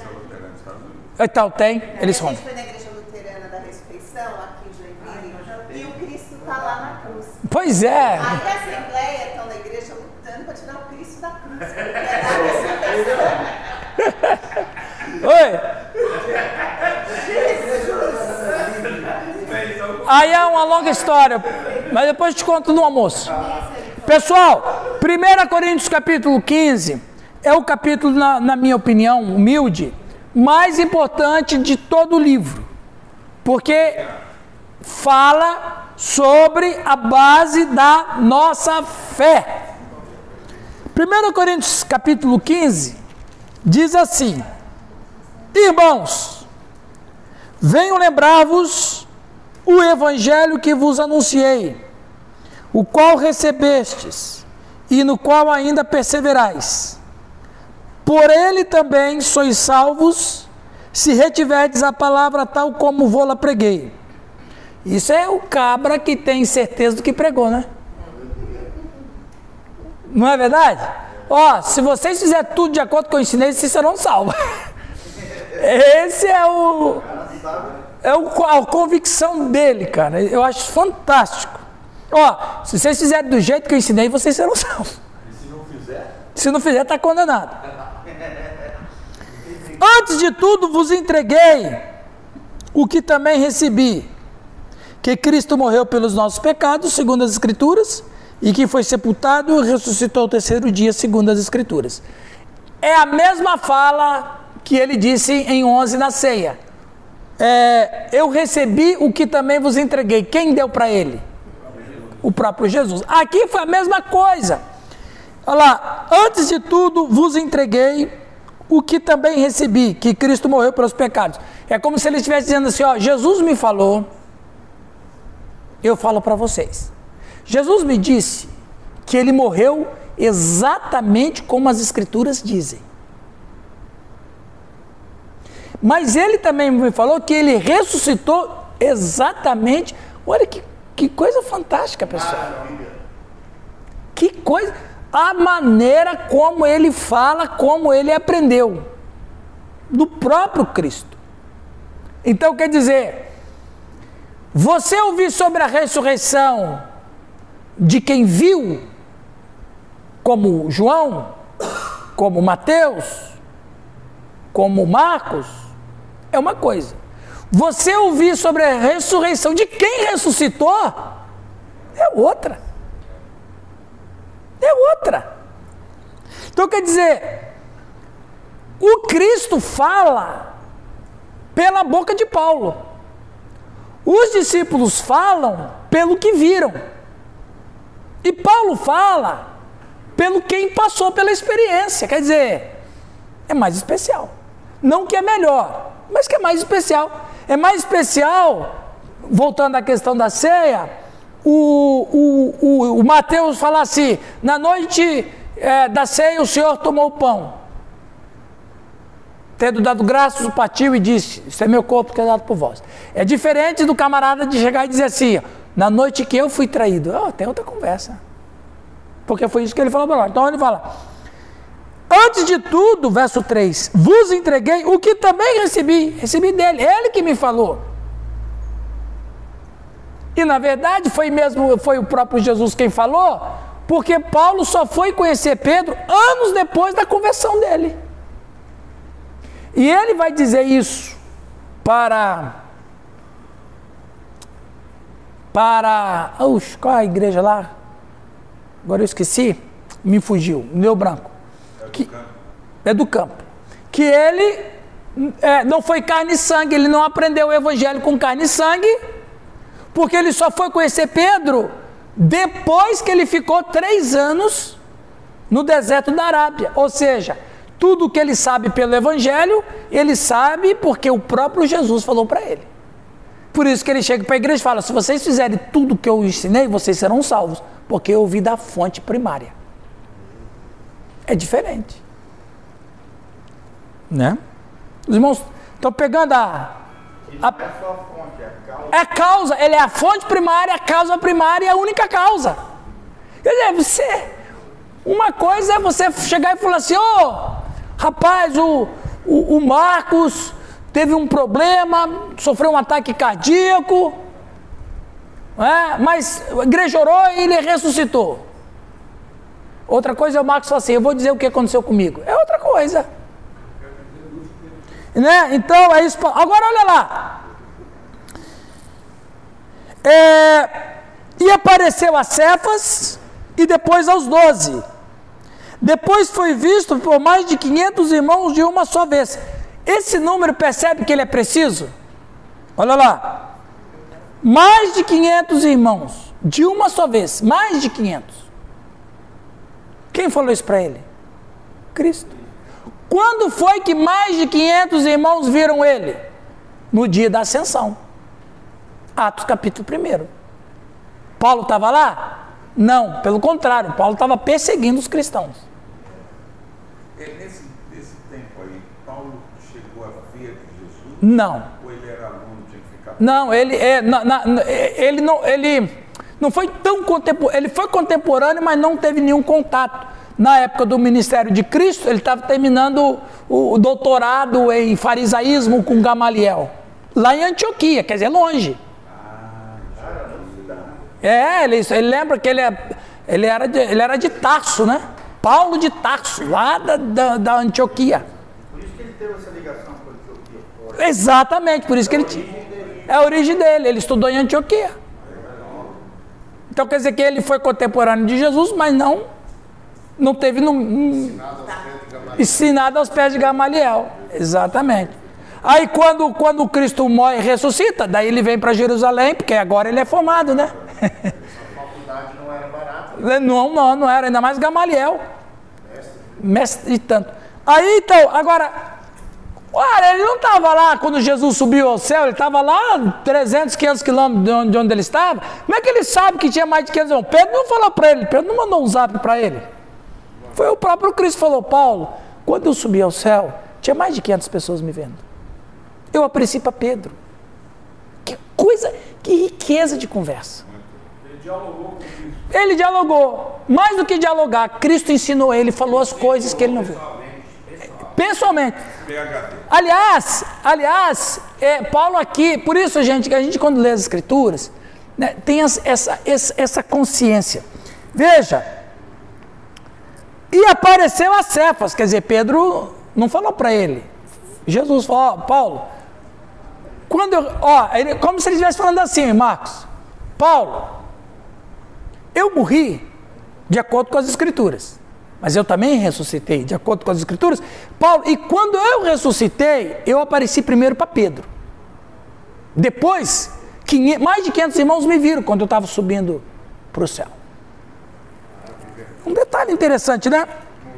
Então, tem, eles rompem. rompem. A gente foi na igreja luterana da ressurreição, aqui em Joinville, e o Cristo está lá na cruz. Pois é. Aí a Assembleia estão na igreja lutando para tirar o Cristo da cruz, porque é da ressurreição. Oi. Aí é uma longa história, mas depois eu te conto no almoço. Pessoal, 1 Coríntios capítulo 15 é o capítulo, na minha opinião, humilde, mais importante de todo o livro, porque fala sobre a base da nossa fé. 1 Coríntios capítulo 15 diz assim: irmãos, venho lembrar-vos o evangelho que vos anunciei, o qual recebestes e no qual ainda perseverais. Por ele também sois salvos, se retiverdes a palavra tal como vou-la preguei. Isso é o cabra que tem certeza do que pregou, né? Não é verdade? Ó, se vocês fizerem tudo de acordo com o que eu ensinei, vocês serão salvos. Esse é a convicção dele, cara. Eu acho fantástico. Ó, se vocês fizerem do jeito que eu ensinei, vocês serão salvos. E se não fizer? Se não fizer, está condenado. Antes de tudo, vos entreguei o que também recebi, que Cristo morreu pelos nossos pecados, segundo as Escrituras, e que foi sepultado e ressuscitou ao terceiro dia, segundo as Escrituras. É a mesma fala que ele disse em 11 na ceia. Eu recebi o que também vos entreguei. Quem deu para ele? O próprio Jesus. Aqui foi a mesma coisa. Olha lá, antes de tudo vos entreguei o que também recebi, que Cristo morreu pelos pecados. É como se ele estivesse dizendo assim, ó, Jesus me falou, eu falo para vocês. Jesus me disse que ele morreu exatamente como as Escrituras dizem. Mas ele também me falou que ele ressuscitou exatamente. Olha que coisa fantástica, pessoal. Que coisa. A maneira como ele fala, como ele aprendeu. Do próprio Cristo. Então, quer dizer, você ouvir sobre a ressurreição de quem viu, como João, como Mateus, como Marcos, é uma coisa. Você ouvir sobre a ressurreição de quem ressuscitou, é outra. É outra. Então, quer dizer, o Cristo fala pela boca de Paulo. Os discípulos falam pelo que viram. E Paulo fala pelo quem passou pela experiência. Quer dizer, é mais especial. Não que é melhor, mas que é mais especial. É mais especial, voltando à questão da ceia, o Mateus fala assim, na noite da ceia o Senhor tomou o pão, tendo dado graças, partiu e disse, isso é meu corpo que é dado por vós. É diferente do camarada de chegar e dizer assim, na noite que eu fui traído. Tem outra conversa, porque foi isso que ele falou para nós. Então ele fala, antes de tudo, verso 3, vos entreguei o que também recebi dele, ele que me falou. E na verdade foi o próprio Jesus quem falou, porque Paulo só foi conhecer Pedro anos depois da conversão dele. E ele vai dizer isso para qual é a igreja lá? Agora eu esqueci, me fugiu, me deu branco. É do campo. Que ele não foi carne e sangue, ele não aprendeu o evangelho com carne e sangue, porque ele só foi conhecer Pedro depois que ele ficou 3 anos no deserto da Arábia. Ou seja, tudo que ele sabe pelo evangelho, ele sabe porque o próprio Jesus falou para ele. Por isso que ele chega para a igreja e fala, se vocês fizerem tudo que eu ensinei, vocês serão salvos, porque eu ouvi da fonte primária. É diferente. Né? Os irmãos estão pegando é causa, ele é a fonte primária, a causa primária e a única causa. Quer dizer, uma coisa é você chegar e falar assim, rapaz, o Marcos teve um problema, sofreu um ataque cardíaco, mas a igreja orou e ele ressuscitou. Outra coisa é o Marcos falar assim, eu vou dizer o que aconteceu comigo. É outra coisa. Né? Então, é isso. Agora, olha lá. E apareceu a Cefas e depois aos 12. Depois foi visto por mais de 500 irmãos de uma só vez. Esse número, percebe que ele é preciso? Olha lá. Mais de 500 irmãos de uma só vez. Mais de 500. Quem falou isso para ele? Cristo. Quando foi que mais de 500 irmãos viram ele? No dia da ascensão. Atos capítulo 1. Paulo estava lá? Não, pelo contrário, Paulo estava perseguindo os cristãos. Nesse tempo aí, Paulo chegou a ver Jesus? Não. Ou ele era aluno, tinha que ficar... Não, ele não foi tão contemporâneo, ele foi contemporâneo, mas não teve nenhum contato. Na época do ministério de Cristo, ele estava terminando o doutorado em farisaísmo com Gamaliel, lá em Antioquia, quer dizer, longe. Ele lembra que ele era de Tarso, né? Paulo de Tarso, lá da Antioquia. Por isso que ele teve essa ligação com a Antioquia. Exatamente, por isso que ele tinha. É a origem dele, ele estudou em Antioquia. Então quer dizer que ele foi contemporâneo de Jesus, mas não teve ensinado aos pés de Gamaliel. Exatamente. Aí quando Cristo morre e ressuscita, daí ele vem para Jerusalém, porque agora ele é formado, né? Essa faculdade não era barata. Não era, ainda mais Gamaliel. Mestre e tanto. Aí então, agora, olha, ele não estava lá quando Jesus subiu ao céu, ele estava lá 300, 500 quilômetros de onde ele estava. Como é que ele sabe que tinha mais de 500 quilômetros? Pedro não falou para ele, Pedro não mandou um zap para ele. Foi o próprio Cristo que falou, Paulo, quando eu subi ao céu, tinha mais de 500 pessoas me vendo. Eu apareci para Pedro. Que coisa, que riqueza de conversa. Ele dialogou com Cristo. Ele dialogou. Mais do que dialogar, Cristo ensinou ele, falou as coisas que ele não viu. Pessoalmente. Aliás, Paulo aqui, por isso, gente, que a gente quando lê as Escrituras, né, tem essa consciência. Veja, e apareceu a Cefas, quer dizer, Pedro não falou para ele. Jesus falou, Paulo, como se ele estivesse falando assim, Marcos, Paulo, eu morri de acordo com as Escrituras, mas eu também ressuscitei de acordo com as Escrituras. Paulo, e quando eu ressuscitei, eu apareci primeiro para Pedro. Depois, mais de 500 irmãos me viram quando eu estava subindo para o céu. Um detalhe interessante, né?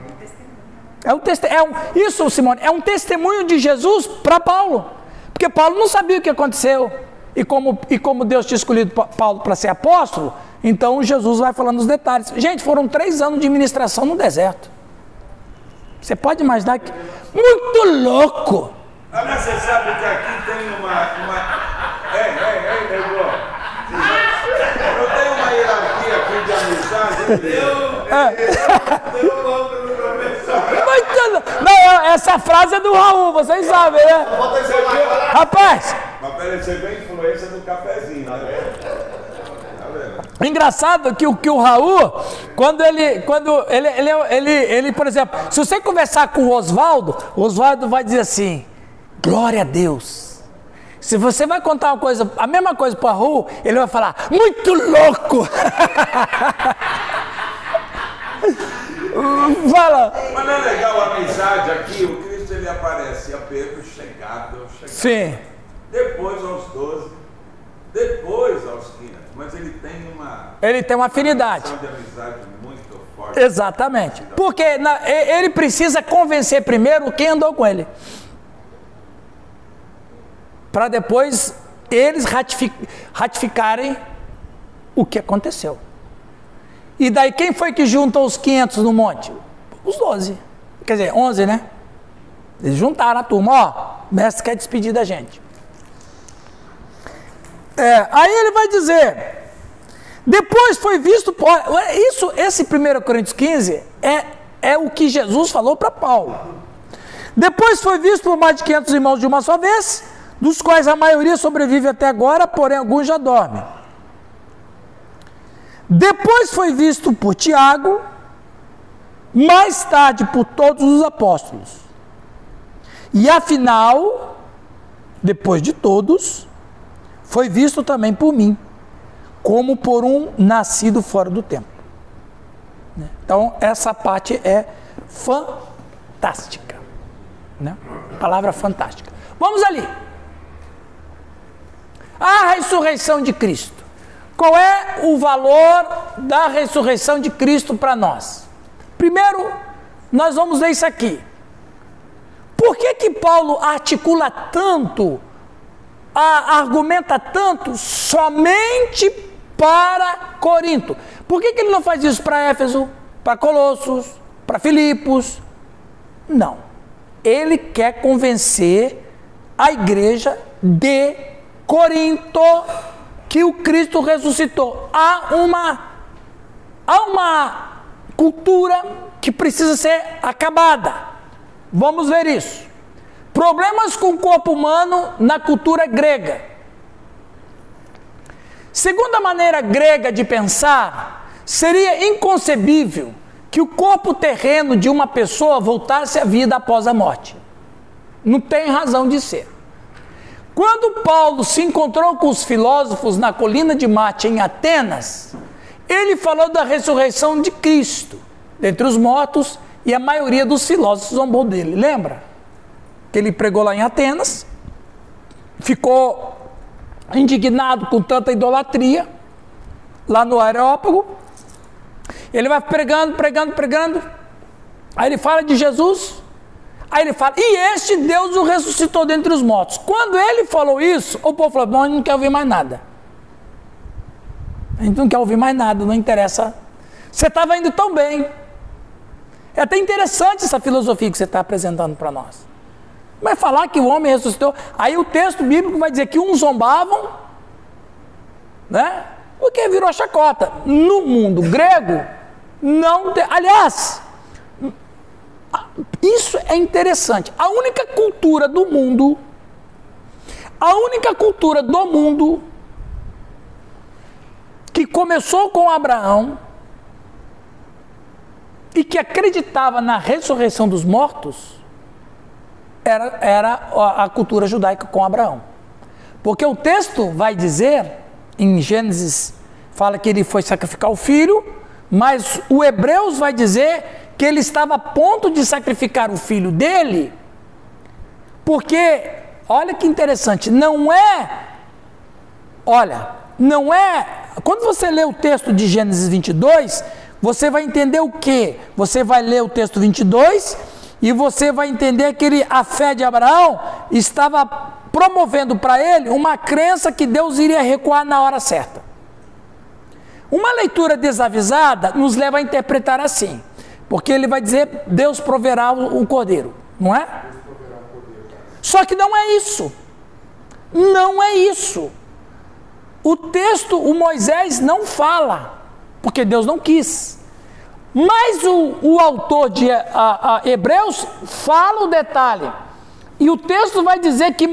Isso, Simone, é um testemunho de Jesus para Paulo. Porque Paulo não sabia o que aconteceu. E como Deus tinha escolhido Paulo para ser apóstolo, então Jesus vai falando os detalhes. Gente, foram 3 anos de ministração no deserto. Você pode imaginar que... Muito louco! Mas você sabe que aqui tem uma... Eu tenho uma hierarquia aqui de amizade. Não, essa frase é do Raul, vocês sabem, né? Rapaz! Mas peraí, você vê a influência do cafezinho, né? Engraçado que o Raul, quando ele, por exemplo, se você conversar com o Oswaldo vai dizer assim, glória a Deus. Se você vai contar uma coisa, a mesma coisa para o Raul, ele vai falar, muito louco. Fala. Mas não é legal a amizade aqui, o Cristo ele aparece a Pedro chegado. Sim. Depois aos 12, depois aos 500, mas ele tem uma... Ele tem uma afinidade. De amizade muito forte. Exatamente. Porque ele precisa convencer primeiro quem andou com ele. Para depois eles ratificarem o que aconteceu. E daí quem foi que juntou os 500 no monte? Os 12. Quer dizer, 11, né? Eles juntaram a turma. Ó, o mestre quer despedir da gente. Aí ele vai dizer, depois foi visto, esse 1 Coríntios 15 é o que Jesus falou para Paulo. Depois foi visto por mais de 500 irmãos de uma só vez, dos quais a maioria sobrevive até agora, porém alguns já dormem. Depois foi visto por Tiago, mais tarde por todos os apóstolos. E afinal, depois de todos, foi visto também por mim, como por um nascido fora do tempo. Então, essa parte é fantástica. Né? Palavra fantástica. Vamos ali. A ressurreição de Cristo. Qual é o valor da ressurreição de Cristo para nós? Primeiro, nós vamos ver isso aqui. Por que Paulo articula tanto, argumenta tanto somente para Corinto? Por que ele não faz isso para Éfeso, para Colossos, para Filipos? Não. Ele quer convencer a igreja de Corinto que o Cristo ressuscitou. Há uma cultura que precisa ser acabada. Vamos ver isso. Problemas com o corpo humano na cultura grega. Segundo a maneira grega de pensar, seria inconcebível que o corpo terreno de uma pessoa voltasse à vida após a morte. Não tem razão de ser. Quando Paulo se encontrou com os filósofos na colina de Marte, em Atenas, ele falou da ressurreição de Cristo dentre os mortos, e a maioria dos filósofos zombou dele. Lembra? Que ele pregou lá em Atenas, ficou indignado com tanta idolatria, lá no Areópago. Ele vai pregando, aí ele fala de Jesus, aí ele fala, e este Deus o ressuscitou dentre os mortos. Quando ele falou isso, o povo falou, bom, a gente não quer ouvir mais nada. A gente não quer ouvir mais nada, não interessa. Você estava indo tão bem. É até interessante essa filosofia que você está apresentando para nós. Vai falar que o homem ressuscitou, aí o texto bíblico vai dizer que uns zombavam, né? Porque virou chacota. No mundo grego, não tem. Aliás, isso é interessante. A única cultura do mundo que começou com Abraão e que acreditava na ressurreição dos mortos era a cultura judaica com Abraão. Porque o texto vai dizer, em Gênesis, fala que ele foi sacrificar o filho, mas o Hebreus vai dizer que ele estava a ponto de sacrificar o filho dele, porque, olha que interessante, quando você lê o texto de Gênesis 22, você vai entender o quê? Você vai ler o texto 22 e você vai entender que a fé de Abraão estava promovendo para ele uma crença que Deus iria recuar na hora certa. Uma leitura desavisada nos leva a interpretar assim, porque ele vai dizer, Deus proverá o cordeiro, não é? Só que não é isso. Não é isso. O texto, o Moisés não fala, porque Deus não quis. Mas o autor de Hebreus fala o detalhe. E o texto vai dizer que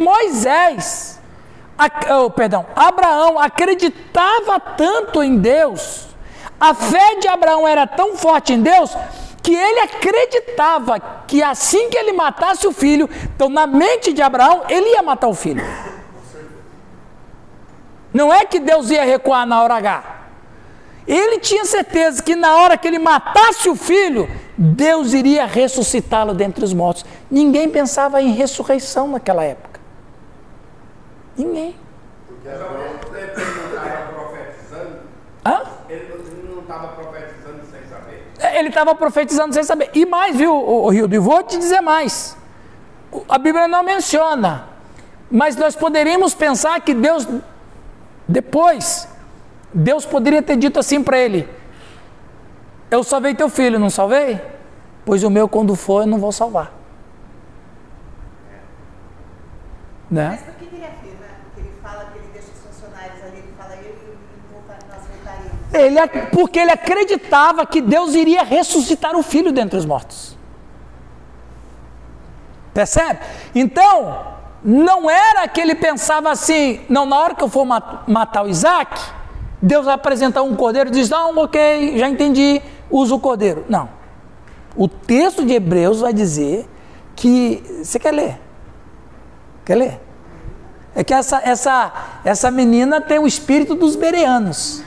Abraão acreditava tanto em Deus, a fé de Abraão era tão forte em Deus, que ele acreditava que assim que ele matasse o filho, então na mente de Abraão, ele ia matar o filho. Não é que Deus ia recuar na hora H. Ele tinha certeza que na hora que ele matasse o filho, Deus iria ressuscitá-lo dentre os mortos. Ninguém pensava em ressurreição naquela época. Ninguém. Porque ele não estava profetizando. Hã? Ele não estava profetizando sem saber. Ele estava profetizando sem saber. E mais, viu, Rildo? E vou te dizer mais. A Bíblia não menciona. Mas nós poderíamos pensar que Deus, depois, Deus poderia ter dito assim para ele: eu salvei teu filho, não salvei? Pois o meu, quando for, eu não vou salvar. Né? Mas por que ele afirma? Que ele fala que ele deixa os funcionários ali, ele fala, nós voltaremos. Porque ele acreditava que Deus iria ressuscitar o filho dentre os mortos. Percebe? Então, não era que ele pensava assim, não, na hora que eu for matar o Isaac, Deus vai apresentar um cordeiro e diz, não, ok, já entendi, usa o cordeiro. Não. O texto de Hebreus vai dizer que... Você quer ler? Quer ler? É que essa menina tem o espírito dos bereanos.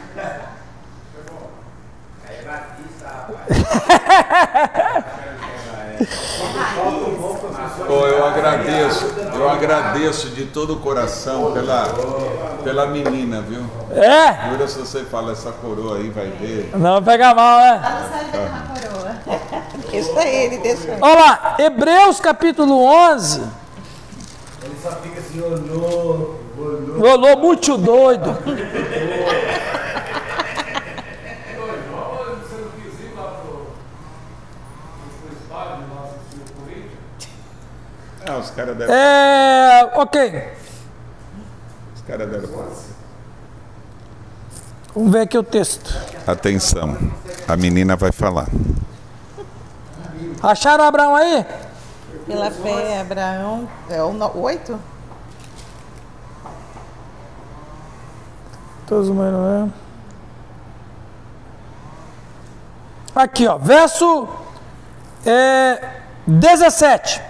Eu agradeço de todo o coração pela menina, viu? É? Jura, se você fala essa coroa aí, vai ver. Não pega mal, né? Ela não sabe que é uma coroa. Deixa ele, deixa ele. Olha lá, Hebreus capítulo 11. Ele só fica assim, olhou. Olô, muito doido. Você não quis ir lá pro estádio, lá assistir o Corinthians? Os caras deram. Ok. Os caras deram passe. Vamos ver aqui o texto. Atenção, a menina vai falar. Acharam Abraão aí? Pela fé, Abraão. É o 8? Todos morreram. Aqui, ó, verso 17.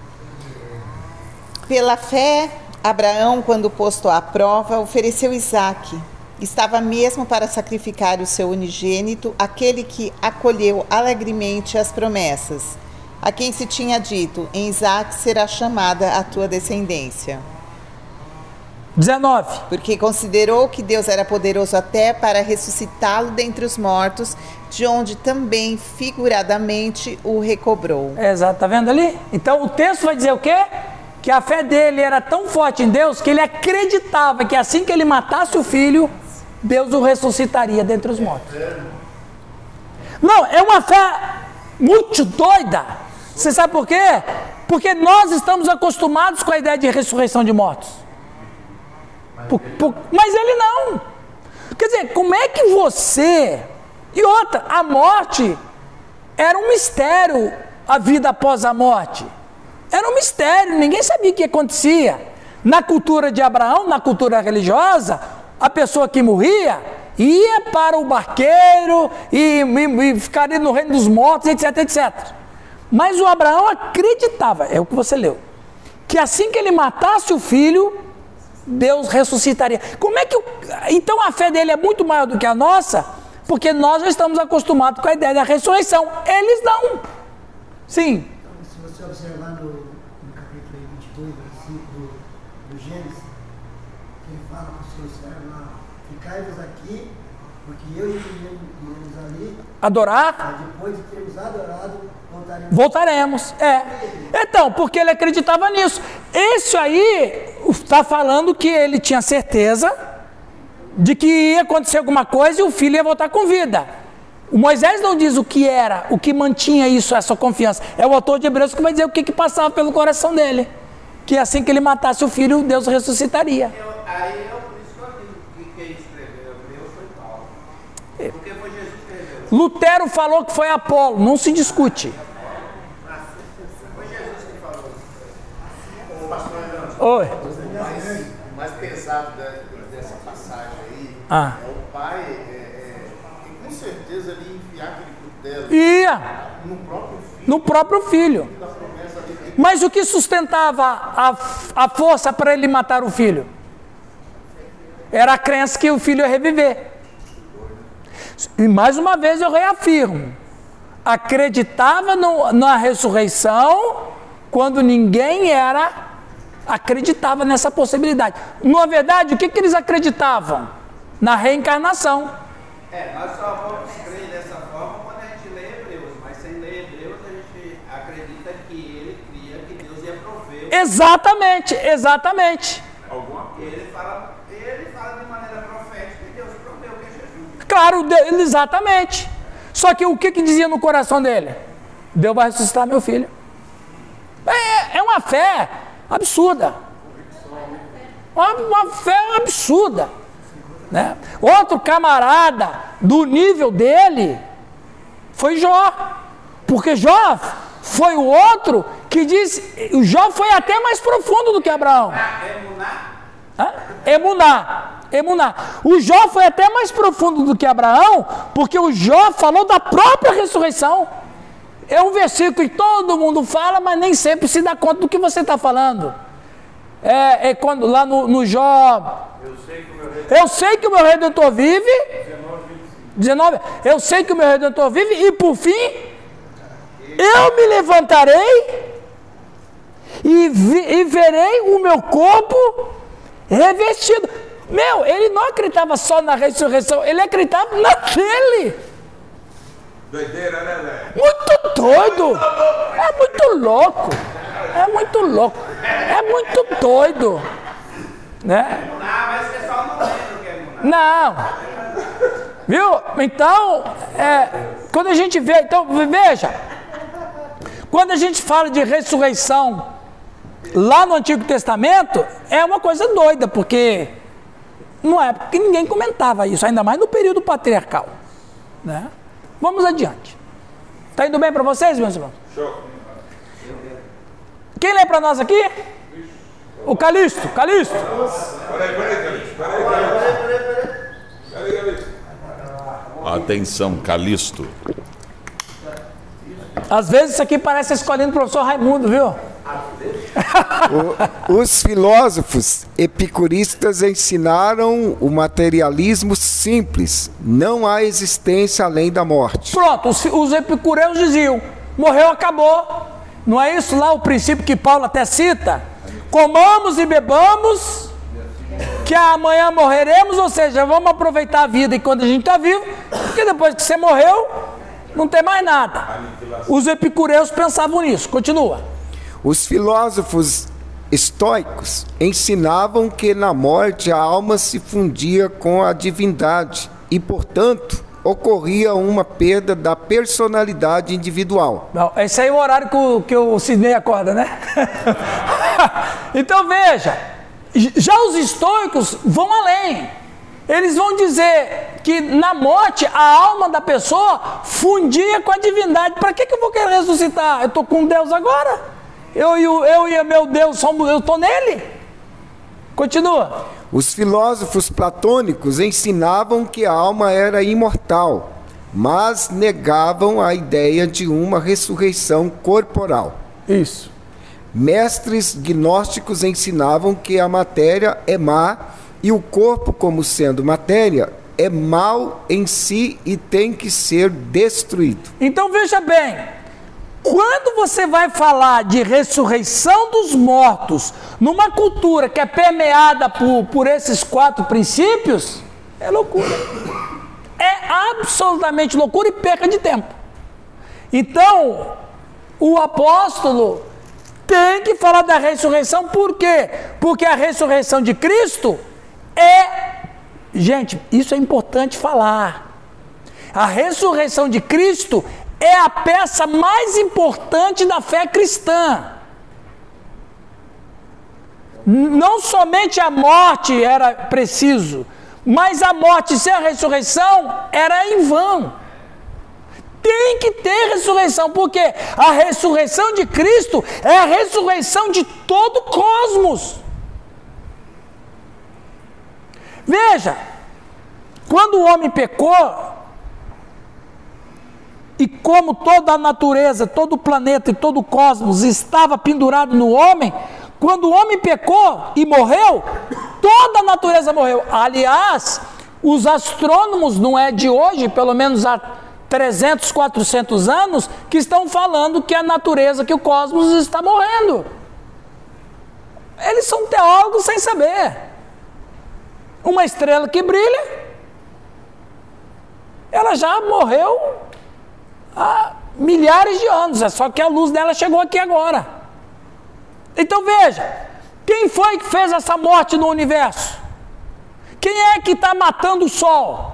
Pela fé, Abraão, quando posto à prova, ofereceu Isaque. Estava mesmo para sacrificar o seu unigênito, aquele que acolheu alegremente as promessas, a quem se tinha dito, em Isaque será chamada a tua descendência. 19. Porque considerou que Deus era poderoso até para ressuscitá-lo dentre os mortos, de onde também figuradamente o recobrou. Exato, tá vendo ali? Então o texto vai dizer o quê? Que a fé dele era tão forte em Deus que ele acreditava que assim que ele matasse o filho, Deus o ressuscitaria dentre os mortos. Não, é uma fé muito doida. Você sabe por quê? Porque nós estamos acostumados com a ideia de ressurreição de mortos. Mas ele não. Quer dizer, como é que você... E outra, a morte era um mistério, a vida após a morte. Era um mistério, ninguém sabia o que acontecia. Na cultura de Abraão, na cultura religiosa, a pessoa que morria ia para o barqueiro e ficaria no reino dos mortos, etc, etc. Mas o Abraão acreditava, é o que você leu, que assim que ele matasse o filho, Deus ressuscitaria. Como é que então a fé dele é muito maior do que a nossa, porque nós já estamos acostumados com a ideia da ressurreição. Eles não. Sim. Se você observar no capítulo 22, versículo do Gênesis, que ele fala para os seus servos lá, ficai-vos aqui, porque eu e iremos ali Adorar. Depois de termos adorado, voltaremos. Então, porque ele acreditava nisso. Esse aí está falando que ele tinha certeza de que ia acontecer alguma coisa e o filho ia voltar com vida. O Moisés não diz o que era, o que mantinha isso, essa confiança. É o autor de Hebreus que vai dizer o que passava pelo coração dele. Que assim que ele matasse o filho, Deus ressuscitaria. Por isso que eu digo que quem escreveu Hebreus foi Paulo. Porque foi Jesus que escreveu. Lutero falou que foi Apolo, não se discute. Foi Jesus que falou isso. Oi. O mais pesado dessa passagem aí é o pai, que com certeza ele ia enfiar aquele cutelo Ia. no próprio filho. No próprio filho. Mas o que sustentava a força para ele matar o filho? Era a crença que o filho ia reviver. E mais uma vez eu reafirmo, acreditava na ressurreição quando ninguém acreditava nessa possibilidade. Na verdade, o que eles acreditavam? Na reencarnação. Nós só vamos crer dessa forma quando a gente lê Hebreus, mas sem ler Hebreus a gente acredita que ele cria que Deus ia prover. Exatamente. Ele fala de maneira profética que Deus proveu que é Jesus. Claro, exatamente. Só que o que dizia no coração dele? Deus vai ressuscitar meu filho. É uma fé absurda. Uma fé absurda. Né? Outro camarada do nível dele foi Jó. Porque Jó foi o outro que diz, o Jó foi até mais profundo do que Abraão. Emuná. O Jó foi até mais profundo do que Abraão, porque o Jó falou da própria ressurreição. É um versículo que todo mundo fala, mas nem sempre se dá conta do que você está falando. É quando lá no Jó, eu sei que o meu Redentor vive, 19, eu sei que o meu Redentor vive, e por fim, eu me levantarei e verei o meu corpo revestido. Meu, ele não acreditava só na ressurreição, ele acreditava naquele. Doideira, né, velho? Muito doido. É muito louco. É muito louco. É muito doido. Né? Mas o pessoal não lembra o que é Emuná. Não. Viu? Então, quando a gente vê, então, veja, quando a gente fala de ressurreição lá no Antigo Testamento, é uma coisa doida, porque não é porque ninguém comentava isso, ainda mais no período patriarcal, né? Vamos adiante. Está indo bem para vocês, meus irmãos? Show. Quem lê para nós aqui? O Calixto. Peraí, Calixto. Atenção, Calixto. Às vezes isso aqui parece a escolinha do professor Raimundo, viu? Os filósofos epicuristas ensinaram o materialismo simples. Não há existência além da morte. Pronto, os epicureus diziam, morreu, acabou. Não é isso lá o princípio que Paulo até cita? Comamos e bebamos, que amanhã morreremos, ou seja, vamos aproveitar a vida enquanto a gente está vivo, porque depois que você morreu, não tem mais nada. Os epicureus pensavam nisso. Continua. Os filósofos estoicos ensinavam que na morte a alma se fundia com a divindade e, portanto, ocorria uma perda da personalidade individual. Não, esse aí é o horário que o Sidney acorda, né? Então veja, já os estoicos vão além. Eles vão dizer que na morte a alma da pessoa fundia com a divindade. Para que eu vou querer ressuscitar? Eu estou com Deus agora. Eu e meu Deus, eu estou nele. Continua. Os filósofos platônicos ensinavam que a alma era imortal, mas negavam a ideia de uma ressurreição corporal. Isso. Mestres gnósticos ensinavam que a matéria é má e o corpo, como sendo matéria, é mau em si e tem que ser destruído. Então veja bem, quando você vai falar de ressurreição dos mortos numa cultura que é permeada por esses 4 princípios, é loucura. É absolutamente loucura e perca de tempo. Então, o apóstolo tem que falar da ressurreição, por quê? Porque a ressurreição de Cristo gente, isso é importante falar. A ressurreição de Cristo é a peça mais importante da fé cristã. Não somente a morte era preciso, mas a morte sem a ressurreição era em vão. Tem que ter ressurreição, porque a ressurreição de Cristo é a ressurreição de todo o cosmos. Veja, quando o homem pecou, e como toda a natureza, todo o planeta e todo o cosmos estava pendurado no homem, quando o homem pecou e morreu, toda a natureza morreu. Aliás, os astrônomos, não é de hoje, pelo menos há 300, 400 anos, que estão falando que a natureza, que o cosmos está morrendo. Eles são teólogos sem saber. Uma estrela que brilha, ela já morreu há milhares de anos, é só que a luz dela chegou aqui agora. Então veja, quem foi que fez essa morte no universo? Quem é que está matando o sol?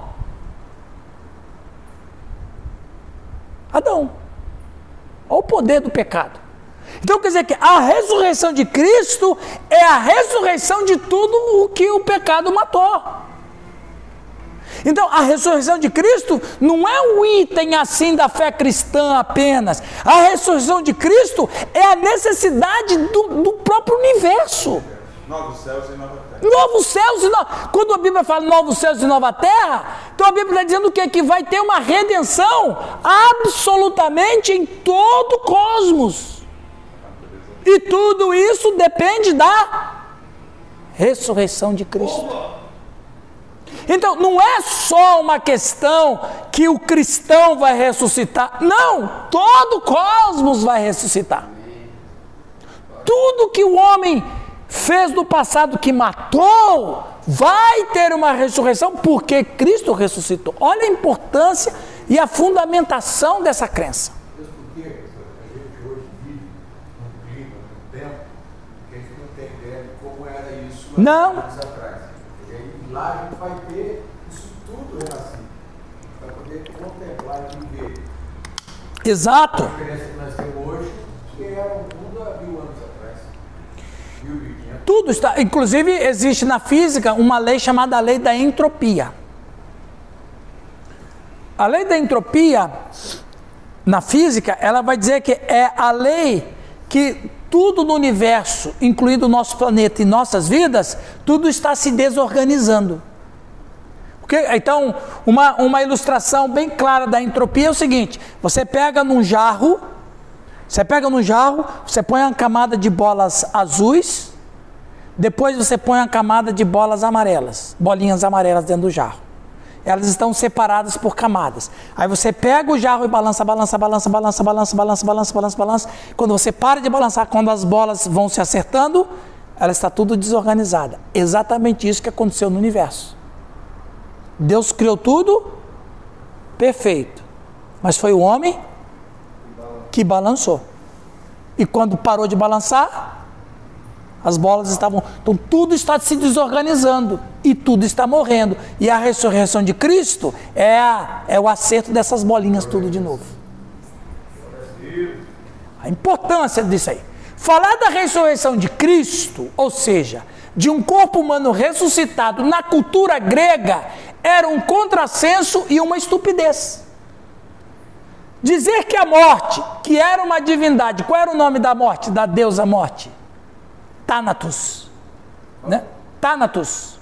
Adão. Olha o poder do pecado. Então quer dizer que a ressurreição de Cristo é a ressurreição de tudo o que o pecado matou. Então, a ressurreição de Cristo não é um item assim da fé cristã apenas. A ressurreição de Cristo é a necessidade do próprio universo. Novos céus e nova terra. Novos céus e nova... Quando a Bíblia fala novos céus e nova terra, então a Bíblia está dizendo o quê? Que vai ter uma redenção absolutamente em todo o cosmos. E tudo isso depende da ressurreição de Cristo. Então, não é só uma questão que o cristão vai ressuscitar. Não, todo o cosmos vai ressuscitar. Tudo que o homem fez no passado que matou, vai ter uma ressurreição porque Cristo ressuscitou. Olha a importância e a fundamentação dessa crença. Mesmo porque a gente hoje vive num clima, num tempo, que a gente não tem ideia de como era isso há anos atrás. E aí lá a gente vai ter isso tudo renascido, para poder contemplar e viver. Exato. A diferença que nós temos hoje, que era o mundo há 1000 anos atrás. 1500. Tudo está, inclusive existe na física uma lei chamada lei da entropia. A lei da entropia, na física, ela vai dizer que é a lei que tudo no universo, incluindo o nosso planeta e nossas vidas, tudo está se desorganizando. Porque, então, uma ilustração bem clara da entropia é o seguinte: você pega num jarro, você põe uma camada de bolas azuis, depois você põe uma camada de bolas amarelas, bolinhas amarelas dentro do jarro. Elas estão separadas por camadas. Aí você pega o jarro e balança. Quando você para de balançar, quando as bolas vão se acertando, ela está tudo desorganizada. Exatamente isso que aconteceu no universo. Deus criou tudo perfeito, mas foi o homem que balançou. E quando parou de balançar, as bolas estavam... Então tudo está se desorganizando e tudo está morrendo. E a ressurreição de Cristo é o acerto dessas bolinhas tudo de novo. A importância disso aí. Falar da ressurreição de Cristo, ou seja, de um corpo humano ressuscitado na cultura grega, era um contrassenso e uma estupidez. Dizer que a morte, que era uma divindade, qual era o nome da morte, da deusa morte? Thanatos, né? Thanatos,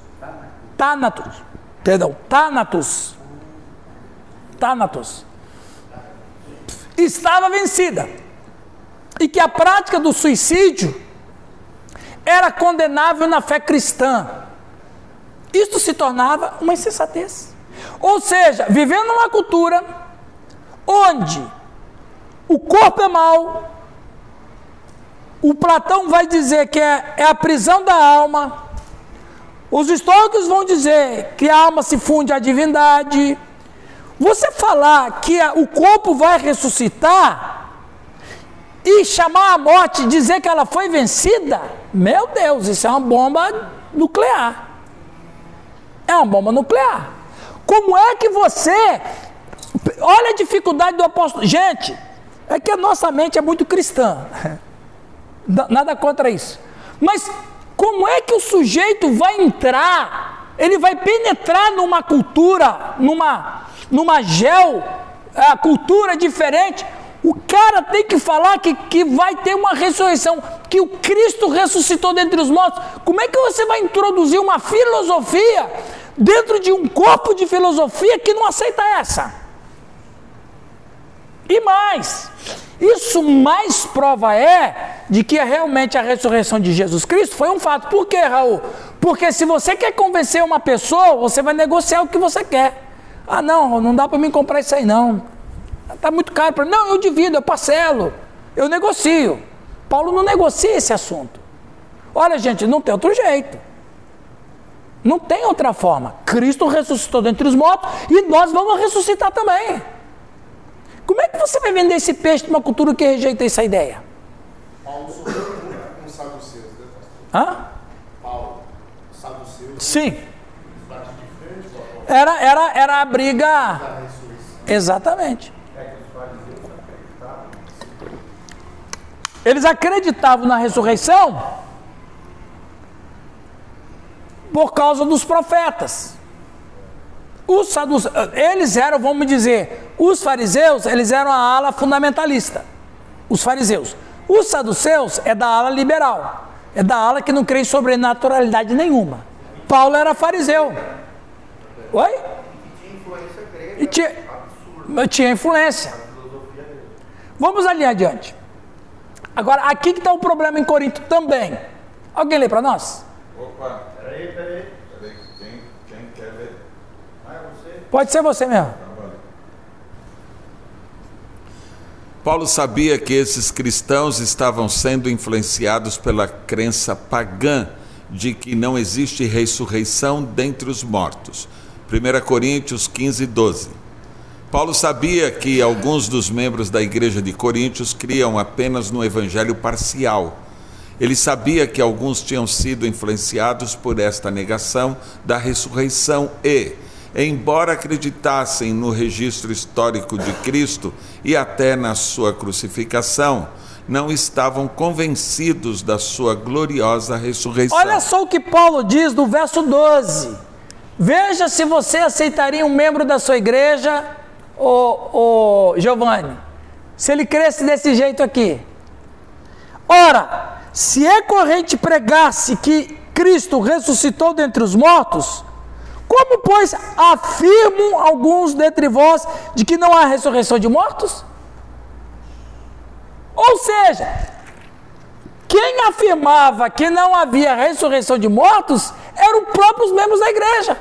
estava vencida, e que a prática do suicídio era condenável na fé cristã. Isto se tornava uma insensatez. Ou seja, vivendo numa cultura onde o corpo é mau, o Platão vai dizer que é a prisão da alma, os estoicos vão dizer que a alma se funde à divindade. Você falar que o corpo vai ressuscitar e chamar a morte, dizer que ela foi vencida, meu Deus, isso é uma bomba nuclear. É uma bomba nuclear. Como é que você... Olha a dificuldade do apóstolo. Gente, é que a nossa mente é muito cristã. Nada contra isso. Mas como é que o sujeito vai entrar, ele vai penetrar numa cultura, numa cultura diferente? O cara tem que falar que vai ter uma ressurreição, que o Cristo ressuscitou dentre os mortos. Como é que você vai introduzir uma filosofia dentro de um corpo de filosofia que não aceita essa? E mais, isso mais prova de que realmente a ressurreição de Jesus Cristo foi um fato. Por quê, Raul? Porque se você quer convencer uma pessoa, você vai negociar o que você quer. Ah, não dá para mim comprar isso aí não. Está muito caro para mim. Não, eu divido, eu parcelo, eu negocio. Paulo não negocia esse assunto. Olha, gente, não tem outro jeito. Não tem outra forma. Cristo ressuscitou dentre os mortos e nós vamos ressuscitar também. Como é que você vai vender esse peixe para uma cultura que rejeita essa ideia? Paulo sofreu com os saduceus, né, pastor? Paulo, saduceus. Sim. Era a briga. Exatamente. Eles acreditavam na ressurreição por causa dos profetas. Os saduceus, eles eram, vamos dizer, os fariseus, eles eram a ala fundamentalista, os fariseus. Os saduceus é da ala liberal, é da ala que não crê em sobrenaturalidade nenhuma. Paulo era fariseu. Oi? E tinha influência. Vamos ali adiante. Agora, aqui que está o problema em Corinto também. Alguém lê para nós? Opa, peraí. Quem quer ler? Pode ser você mesmo. Paulo sabia que esses cristãos estavam sendo influenciados pela crença pagã de que não existe ressurreição dentre os mortos. 1 Coríntios 15, 12. Paulo sabia que alguns dos membros da igreja de Coríntios criam apenas no evangelho parcial. Ele sabia que alguns tinham sido influenciados por esta negação da ressurreição e, embora acreditassem no registro histórico de Cristo e até na sua crucificação, não estavam convencidos da sua gloriosa ressurreição. Olha só o que Paulo diz no verso 12. Veja se você aceitaria um membro da sua igreja, Giovanni, se ele cresce desse jeito aqui. Ora, se é corrente pregasse que Cristo ressuscitou dentre os mortos, como, pois, afirmam alguns dentre vós de que não há ressurreição de mortos? Ou seja, quem afirmava que não havia ressurreição de mortos eram os próprios membros da igreja.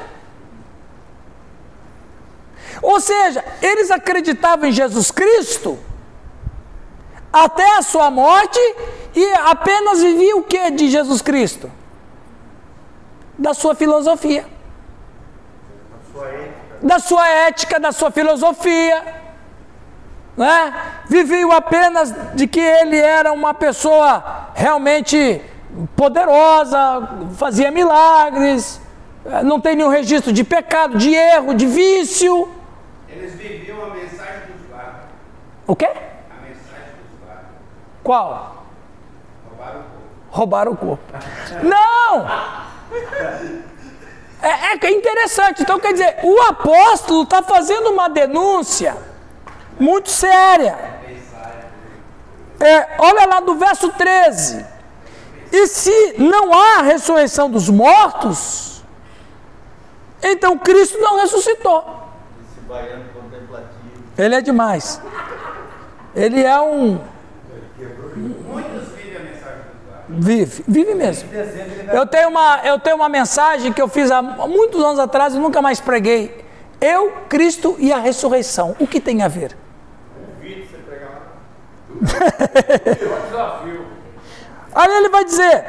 Ou seja, eles acreditavam em Jesus Cristo até a sua morte e apenas viviam o que de Jesus Cristo? Da sua filosofia. Da sua ética, da sua filosofia, né? Viviam apenas de que ele era uma pessoa realmente poderosa, fazia milagres, não tem nenhum registro de pecado, de erro, de vício. Eles viviam a mensagem dos guardas. O quê? A mensagem dos guardas. Qual? Roubaram o corpo. Roubaram o corpo. Não! É interessante. Então, quer dizer, o apóstolo está fazendo uma denúncia muito séria. Olha lá do verso 13. E se não há ressurreição dos mortos, então Cristo não ressuscitou. Esse baiano contemplativo. Ele é demais. Ele é um... Muitos vivem a mensagem dos guardas. Vive mesmo. Eu tenho uma mensagem que eu fiz há muitos anos atrás e nunca mais preguei. Eu, Cristo e a ressurreição. O que tem a ver? Duvido você pregar lá. Desafio. Aí ele vai dizer,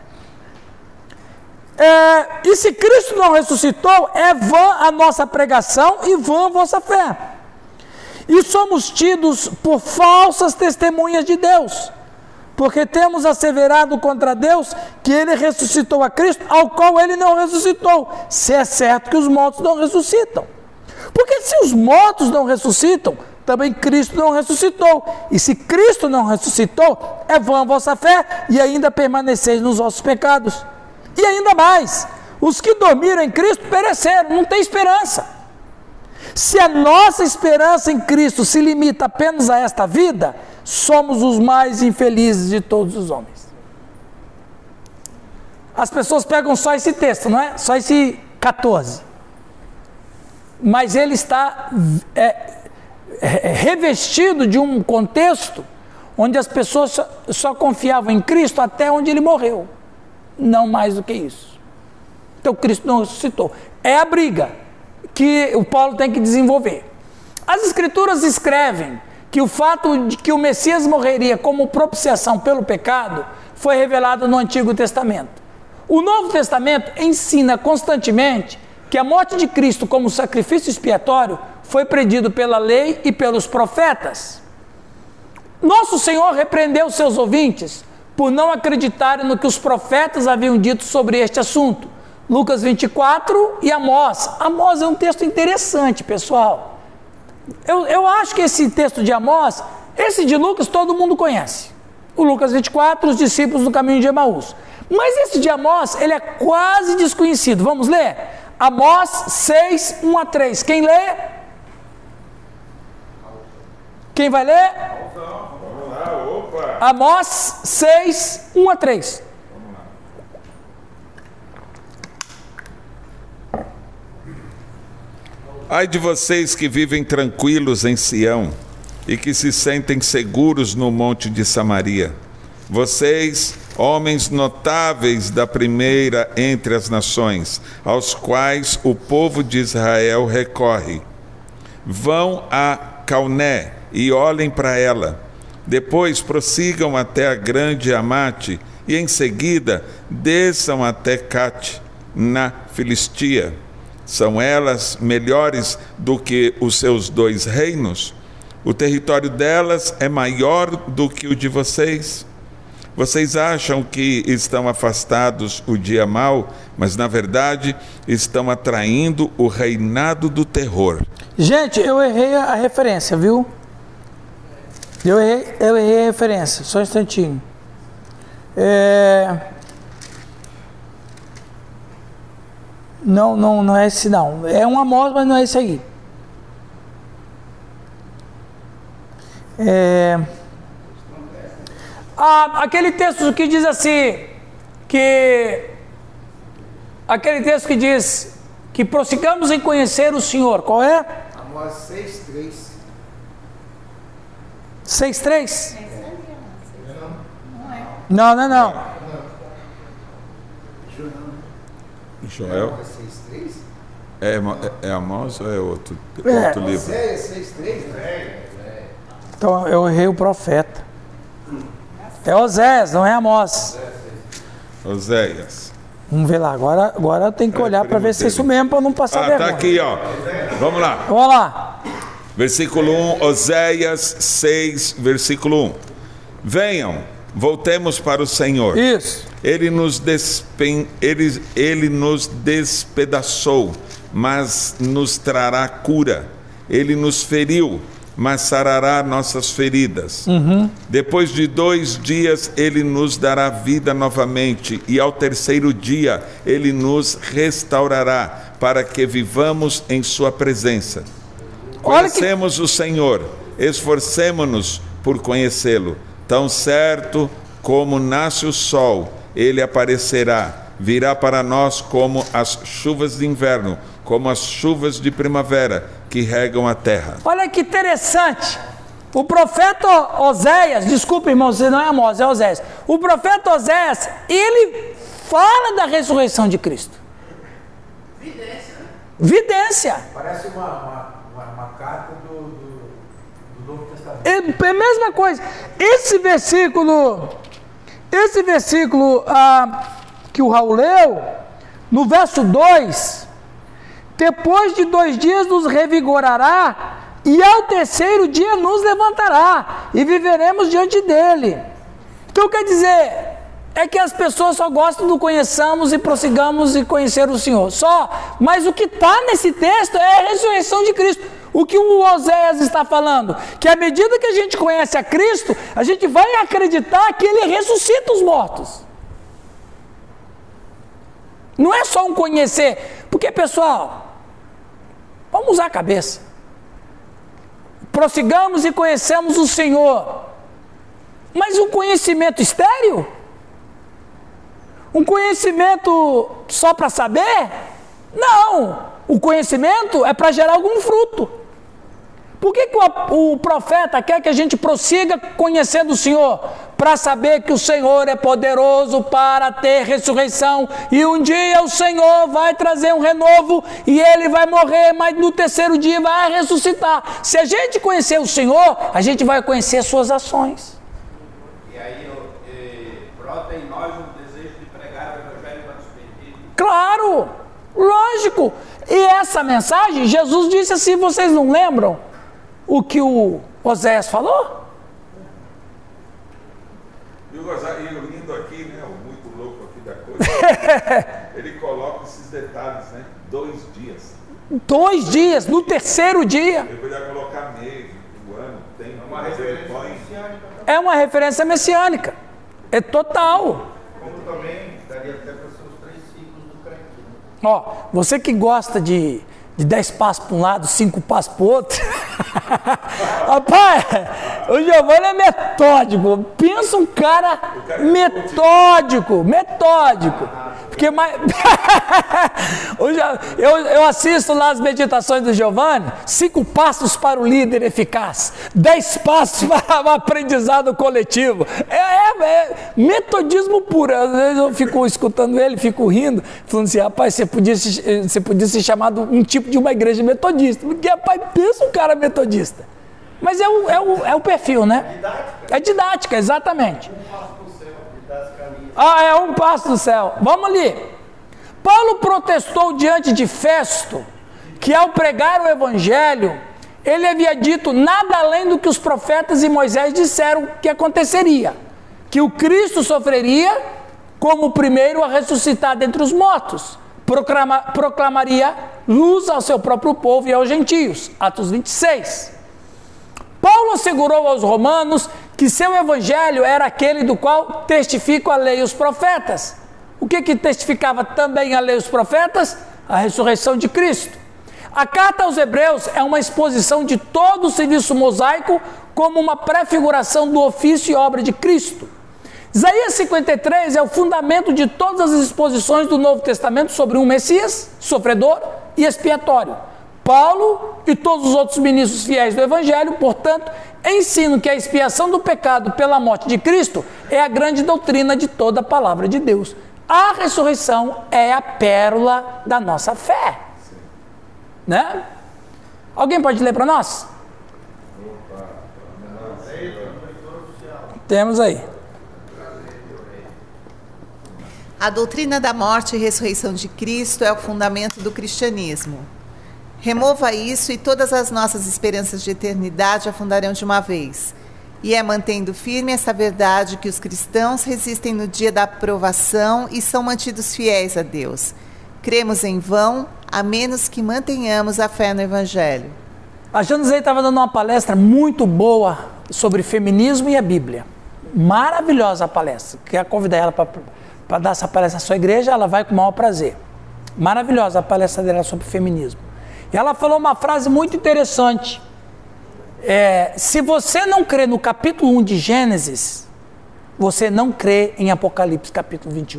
e se Cristo não ressuscitou, é vã a nossa pregação e vã a vossa fé. E somos tidos por falsas testemunhas de Deus, porque temos asseverado contra Deus que ele ressuscitou a Cristo, ao qual ele não ressuscitou, se é certo que os mortos não ressuscitam. Porque se os mortos não ressuscitam, também Cristo não ressuscitou. E se Cristo não ressuscitou, é vã a vossa fé e ainda permaneceis nos vossos pecados. E ainda mais, os que dormiram em Cristo pereceram, não tem esperança. Se a nossa esperança em Cristo se limita apenas a esta vida, somos os mais infelizes de todos os homens. As pessoas pegam só esse texto, não é? Só esse 14. Mas ele está revestido de um contexto onde as pessoas só confiavam em Cristo até onde ele morreu. Não mais do que isso. Então Cristo não ressuscitou. É a briga que o Paulo tem que desenvolver. As Escrituras escrevem que o fato de que o Messias morreria como propiciação pelo pecado foi revelado no Antigo Testamento. O Novo Testamento ensina constantemente que a morte de Cristo como sacrifício expiatório foi predido pela lei e pelos profetas. Nosso Senhor repreendeu seus ouvintes por não acreditarem no que os profetas haviam dito sobre este assunto. Lucas 24 e Amós. Amós é um texto interessante, pessoal. Eu acho que esse texto de Amós, esse de Lucas todo mundo conhece. O Lucas 24, os discípulos do caminho de Emaús. Mas esse de Amós, ele é quase desconhecido. Vamos ler? Amós 6, 1 a 3. Quem lê? Quem vai ler? Vamos lá, opa! Amós 6, 1 a 3. Ai de vocês que vivem tranquilos em Sião e que se sentem seguros no monte de Samaria. Vocês, homens notáveis da primeira entre as nações, aos quais o povo de Israel recorre. Vão a Calné e olhem para ela. Depois prossigam até a grande Amate e em seguida desçam até Cate, na Filistia. São elas melhores do que os seus 2 reinos? O território delas é maior do que o de vocês? Vocês acham que estão afastados o dia mau, mas na verdade estão atraindo o reinado do terror. Gente, eu errei a referência, viu? Eu errei a referência, só um instantinho. Não é esse não. É um Amós, mas não é esse aí. Aquele texto que diz assim, aquele texto que diz que prossigamos em conhecer o Senhor, qual é? Amós 6:3. 6:3? Não. Joel? É Amós ou é outro livro? Oséias 6:3, né? Então eu errei o profeta. É Oséias, não é Amós. Oséias. Vamos ver lá, agora tem que olhar para ver se é isso mesmo, para não passar vergonha. Tá aqui, ó. Vamos lá. Versículo 1, Oséias 6, versículo 1. Venham, voltemos para o Senhor. Isso. Ele nos despedaçou, mas nos trará cura. Ele nos feriu, mas sarará nossas feridas. Depois de 2 dias, Ele nos dará vida novamente, e ao 3º dia, Ele nos restaurará, para que vivamos em Sua presença. Conhecemos o Senhor, esforcemo-nos por conhecê-lo. Tão certo como nasce o sol, Ele aparecerá, virá para nós como as chuvas de inverno, como as chuvas de primavera que regam a terra. Olha que interessante. O profeta Oséias, desculpa, irmãos, não é Amós, é Oséias. O profeta Oséias, ele fala da ressurreição de Cristo. Vidência. Parece uma carta do Novo Testamento. É a mesma coisa. Esse versículo que o Raul leu, no verso 2, depois de 2 dias nos revigorará, e ao 3º dia nos levantará, e viveremos diante dele. Então quer dizer, é que as pessoas só gostam do conheçamos e prossigamos e conhecer o Senhor. Só, mas o que está nesse texto é a ressurreição de Cristo. O que o Oséias está falando? Que à medida que a gente conhece a Cristo, a gente vai acreditar que Ele ressuscita os mortos. Não é só um conhecer. Porque, pessoal, vamos usar a cabeça. Prossigamos e conhecemos o Senhor. Mas um conhecimento estéril? Um conhecimento só para saber? Não. O conhecimento é para gerar algum fruto. Por que o profeta quer que a gente prossiga conhecendo o Senhor? Para saber que o Senhor é poderoso para ter ressurreição, e um dia o Senhor vai trazer um renovo, e ele vai morrer, mas no 3º dia vai ressuscitar. Se a gente conhecer o Senhor, a gente vai conhecer as suas ações. E aí brota em nós o desejo de pregar o Evangelho para os perdidos. Claro, lógico. E essa mensagem, Jesus disse assim, vocês não lembram o que o Oséias falou? E o lindo aqui, né, o muito louco aqui da coisa, ele coloca esses detalhes, né, 2 dias. 2 dias, no 3º dia. Ele poderia colocar mês, o ano, tempo, uma referência messiânica. É uma referência messiânica. É total. Como também daria até para os seus 3 ciclos do crente. Ó, você que gosta de 10 passos para um lado, 5 passos para o outro. Rapaz, o Giovanni é metódico. Pensa um cara metódico. Porque eu assisto lá as meditações do Giovanni, 5 passos para o líder eficaz, 10 passos para o aprendizado coletivo. É metodismo puro. Às vezes eu fico escutando ele, fico rindo, falando assim, rapaz, você podia ser chamado um tipo de uma igreja metodista, porque, rapaz, pensa um cara metodista. Mas é o perfil, né? É didática, exatamente. É um passo do céu. Vamos ali. Paulo protestou diante de Festo que ao pregar o evangelho, ele havia dito nada além do que os profetas e Moisés disseram que aconteceria. Que o Cristo sofreria como o primeiro a ressuscitar dentre os mortos. Proclamaria luz ao seu próprio povo e aos gentios. Atos 26. Paulo assegurou aos romanos que seu evangelho era aquele do qual testificam a lei e os profetas. O que testificava também a lei e os profetas? A ressurreição de Cristo. A carta aos Hebreus é uma exposição de todo o serviço mosaico como uma prefiguração do ofício e obra de Cristo. Isaías 53 é o fundamento de todas as exposições do Novo Testamento sobre um Messias, sofredor e expiatório. Paulo e todos os outros ministros fiéis do Evangelho, portanto, ensinam que a expiação do pecado pela morte de Cristo é a grande doutrina de toda a palavra de Deus. A ressurreição é a pérola da nossa fé. Né? Alguém pode ler para nós? Temos aí. A doutrina da morte e ressurreição de Cristo é o fundamento do cristianismo. Remova isso e todas as nossas esperanças de eternidade afundarão de uma vez. E é mantendo firme essa verdade que os cristãos resistem no dia da provação e são mantidos fiéis a Deus. Cremos em vão, a menos que mantenhamos a fé no Evangelho. A Januzei estava dando uma palestra muito boa sobre feminismo e a Bíblia. Maravilhosa a palestra. Quer convidar ela para dar essa palestra na sua igreja, ela vai com o maior prazer. Maravilhosa a palestra dela sobre feminismo. E ela falou uma frase muito interessante. Se você não crê no capítulo 1 de Gênesis, você não crê em Apocalipse capítulo 21.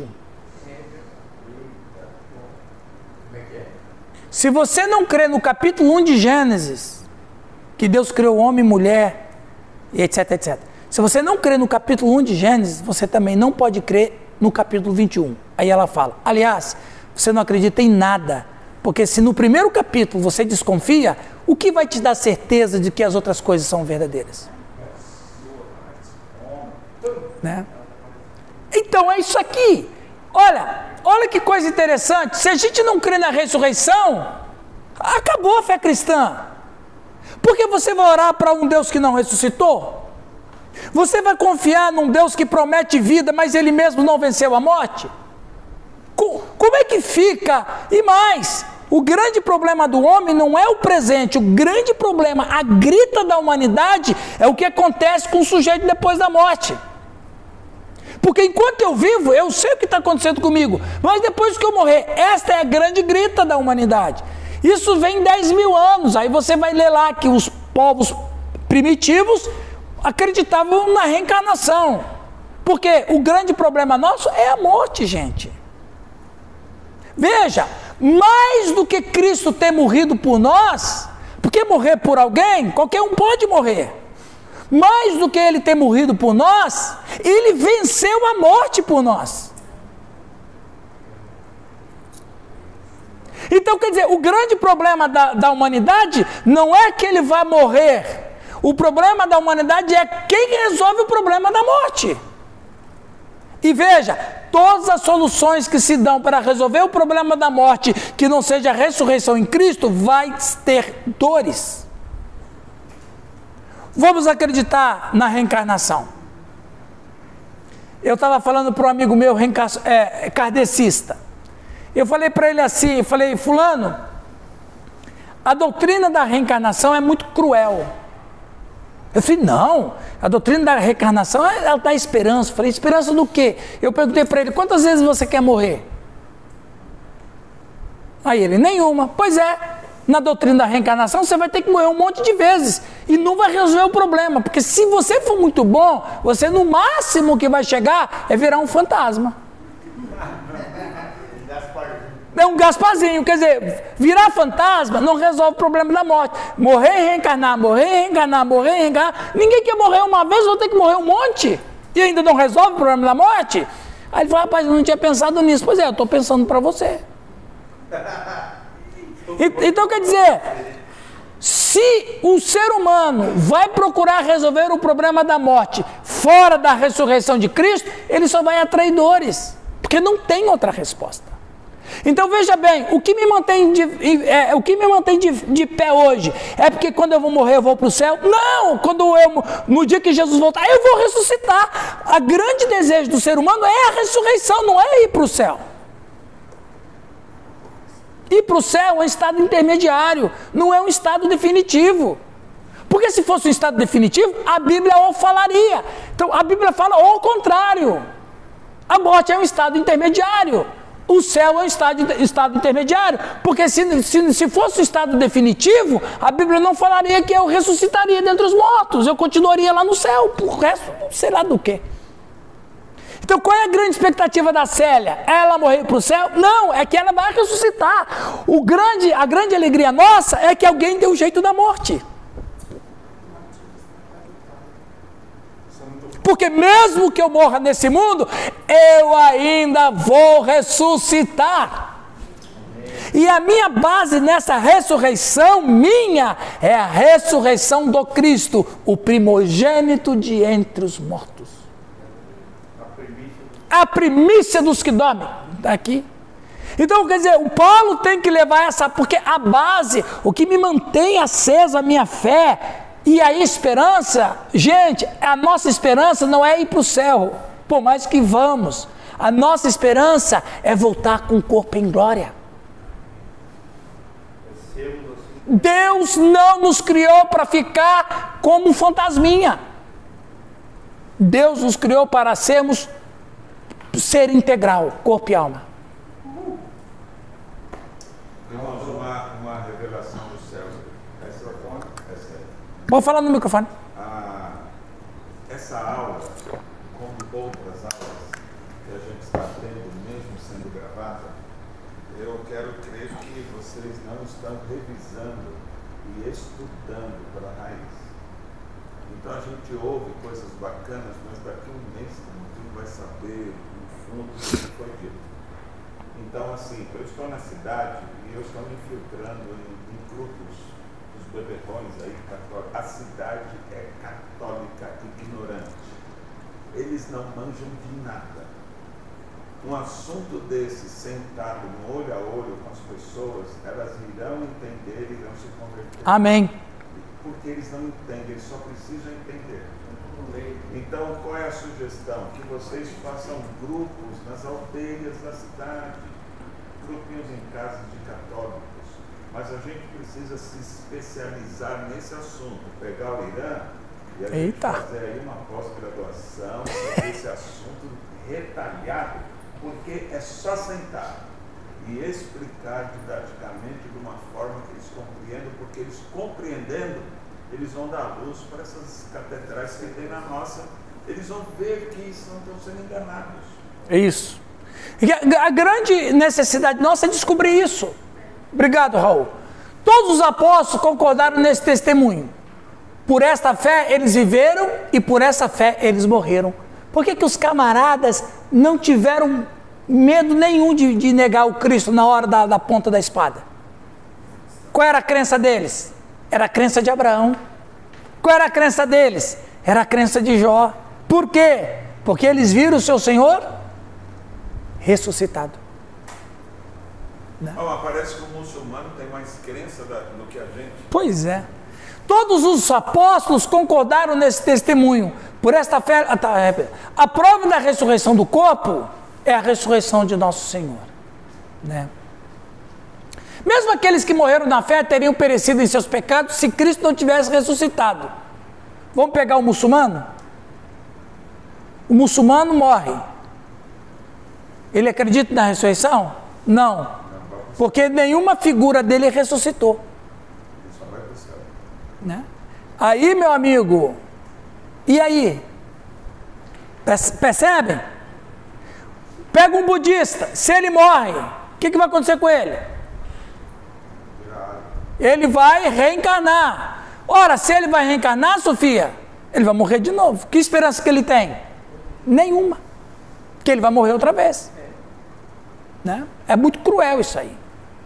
Se você não crê no capítulo 1 de Gênesis, que Deus criou homem e mulher, etc, etc. Se você não crê no capítulo 1 de Gênesis, você também não pode crer no capítulo 21. Aí ela fala, aliás, você não acredita em nada, porque se no primeiro capítulo você desconfia, o que vai te dar certeza de que as outras coisas são verdadeiras? Né? Então é isso aqui. Olha que coisa interessante. Se a gente não crê na ressurreição, acabou a fé cristã. Porque você vai orar para um Deus que não ressuscitou? Você vai confiar num Deus que promete vida, mas ele mesmo não venceu a morte? Como é que fica? E mais, o grande problema do homem não é o presente, o grande problema, a grita da humanidade é o que acontece com o sujeito depois da morte. Porque enquanto eu vivo, eu sei o que está acontecendo comigo, mas depois que eu morrer, esta é a grande grita da humanidade. Isso vem 10 mil anos, aí você vai ler lá que os povos primitivos acreditavam na reencarnação. Porque o grande problema nosso é a morte, gente. Veja, mais do que Cristo ter morrido por nós, porque morrer por alguém, qualquer um pode morrer. Mais do que ele ter morrido por nós, ele venceu a morte por nós. Então, quer dizer, o grande problema da humanidade não é que ele vai morrer. O problema da humanidade é quem resolve o problema da morte. E veja, todas as soluções que se dão para resolver o problema da morte, que não seja a ressurreição em Cristo, vai ter dores. Vamos acreditar na reencarnação. Eu estava falando para um amigo meu kardecista. Eu falei para ele assim, fulano, a doutrina da reencarnação é muito cruel. Eu falei, não, a doutrina da reencarnação, ela dá esperança. Eu falei, esperança do quê? Eu perguntei para ele, quantas vezes você quer morrer? Aí ele, nenhuma. Pois é, na doutrina da reencarnação você vai ter que morrer um monte de vezes e não vai resolver o problema, porque se você for muito bom, você no máximo que vai chegar é virar um fantasma. É um Gasparzinho, quer dizer, virar fantasma não resolve o problema da morte. Morrer e reencarnar, morrer e reencarnar, morrer e reencarnar. Ninguém quer morrer uma vez, vou ter que morrer um monte. E ainda não resolve o problema da morte? Aí ele fala, rapaz, eu não tinha pensado nisso. Pois é, eu estou pensando para você. Então quer dizer, se o ser humano vai procurar resolver o problema da morte fora da ressurreição de Cristo, ele só vai a traidores, porque não tem outra resposta. Então veja bem, o que me mantém de pé hoje é porque quando eu vou morrer eu vou para o céu? Não, no dia que Jesus voltar eu vou ressuscitar. O grande desejo do ser humano é a ressurreição, não é ir para o céu. Ir para o céu é um estado intermediário, não é um estado definitivo. Porque se fosse um estado definitivo, a Bíblia o falaria. Então a Bíblia fala ao contrário. A morte é um estado intermediário. O céu é um estado intermediário, porque se fosse o estado definitivo, a Bíblia não falaria que eu ressuscitaria dentre os mortos, eu continuaria lá no céu, o resto, sei lá do quê. Então qual é a grande expectativa da Célia? Ela morrer para o céu? Não, é que ela vai ressuscitar. A grande alegria nossa é que alguém deu o jeito da morte. Porque mesmo que eu morra nesse mundo, eu ainda vou ressuscitar. E a minha base nessa ressurreição minha é a ressurreição do Cristo, o primogênito de entre os mortos. A primícia dos que dormem. Está aqui. Então, quer dizer, o Paulo tem que levar essa, porque a base, o que me mantém acesa a minha fé, e a esperança, gente, a nossa esperança não é ir para o céu, por mais que vamos. A nossa esperança é voltar com o corpo em glória. Deus não nos criou para ficar como um fantasminha. Deus nos criou para sermos ser integral, corpo e alma. Irmãos, uma revelação do céu. Vou falar no microfone. Essa aula, como outras aulas que a gente está tendo, mesmo sendo gravada, eu quero crer que vocês não estão revisando e estudando para a raiz. Então a gente ouve coisas bacanas, mas daqui a um mês ninguém vai saber no fundo o que foi dito. Então, assim, eu estou na cidade e eu estou me infiltrando em grupos dos beberrões aí católicos. A cidade é católica, ignorante. Eles não manjam de nada. Um assunto desse, sentado no olho a olho com as pessoas, elas irão entender e irão se converter. Amém. Porque eles não entendem, eles só precisam entender. Então, qual é a sugestão? Que vocês façam grupos nas aldeias da cidade, grupinhos em casas de católicos. Mas a gente precisa se especializar nesse assunto, pegar o Irã e a gente fazer aí uma pós-graduação sobre esse assunto retalhado, porque é só sentar e explicar didaticamente de uma forma que eles compreendam, porque eles compreendendo, eles vão dar luz para essas catedrais que tem na nossa, eles vão ver que isso não estão sendo enganados. É isso. E a grande necessidade nossa é descobrir isso. Obrigado, Raul. Todos os apóstolos concordaram nesse testemunho. Por esta fé eles viveram e por essa fé eles morreram. Por que os camaradas não tiveram medo nenhum de negar o Cristo na hora da ponta da espada? Qual era a crença deles? Era a crença de Abraão. Qual era a crença deles? Era a crença de Jó. Por quê? Porque eles viram o seu Senhor ressuscitado. Parece que o muçulmano tem mais crença do que a gente. Pois é. Todos os apóstolos concordaram nesse testemunho. Por esta fé, a prova da ressurreição do corpo é a ressurreição de nosso Senhor, né? Mesmo aqueles que morreram na fé teriam perecido em seus pecados se Cristo não tivesse ressuscitado. Vamos pegar o muçulmano? O muçulmano morre. Ele acredita na ressurreição? Não. Porque nenhuma figura dele ressuscitou. Né? Aí, meu amigo, e aí? Percebem? Pega um budista, se ele morre, o que vai acontecer com ele? Ele vai reencarnar. Ora, se ele vai reencarnar, Sofia, ele vai morrer de novo. Que esperança que ele tem? Nenhuma. Que ele vai morrer outra vez. Né? É muito cruel isso aí.